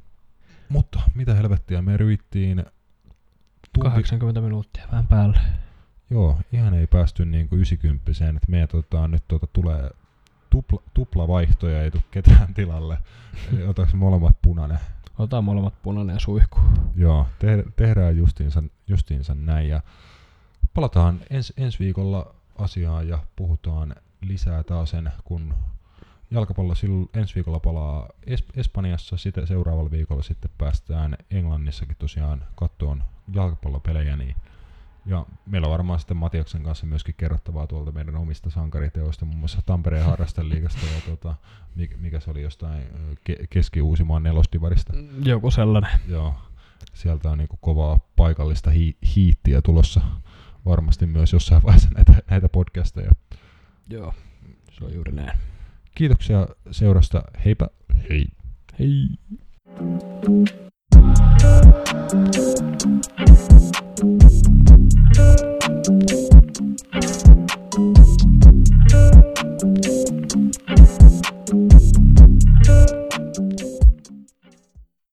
Mutta mitä helvettiä, me ryittiin tunti... kahdeksankymmentä minuuttia vähän päälle. Joo, ihan ei päästy niinku yhdeksänkymmenteen, että meidän tota, nyt tota, tulee tupla, tuplavaihtoja, ei tule ketään tilalle. Otaks molemmat punainen? Otetaan molemmat punainen ja suihku. Joo, te, tehdään justiinsa, justiinsa näin ja palataan ens, ensi viikolla asiaan ja puhutaan lisää taas sen, kun jalkapallo silloin ensi viikolla palaa es- Espanjassa, sitten seuraavalla viikolla sitten päästään Englannissakin tosiaan kattoon jalkapallopelejä. Niin. Ja meillä on varmaan sitten Matiaksen kanssa myöskin kerrottavaa tuolta meidän omista sankariteoista, muun muassa Tampereen Harrasteliigasta ja tuota, mikä se oli jostain ke- Keski-Uusimaan nelosdivarista. Joku sellainen. Joo, sieltä on niinku kovaa paikallista hi- hiittiä tulossa varmasti myös jossain vaiheessa näitä, näitä podcasteja. Joo, se on juuri näin. Kiitoksia seurasta. Heipä. Hei. Hei.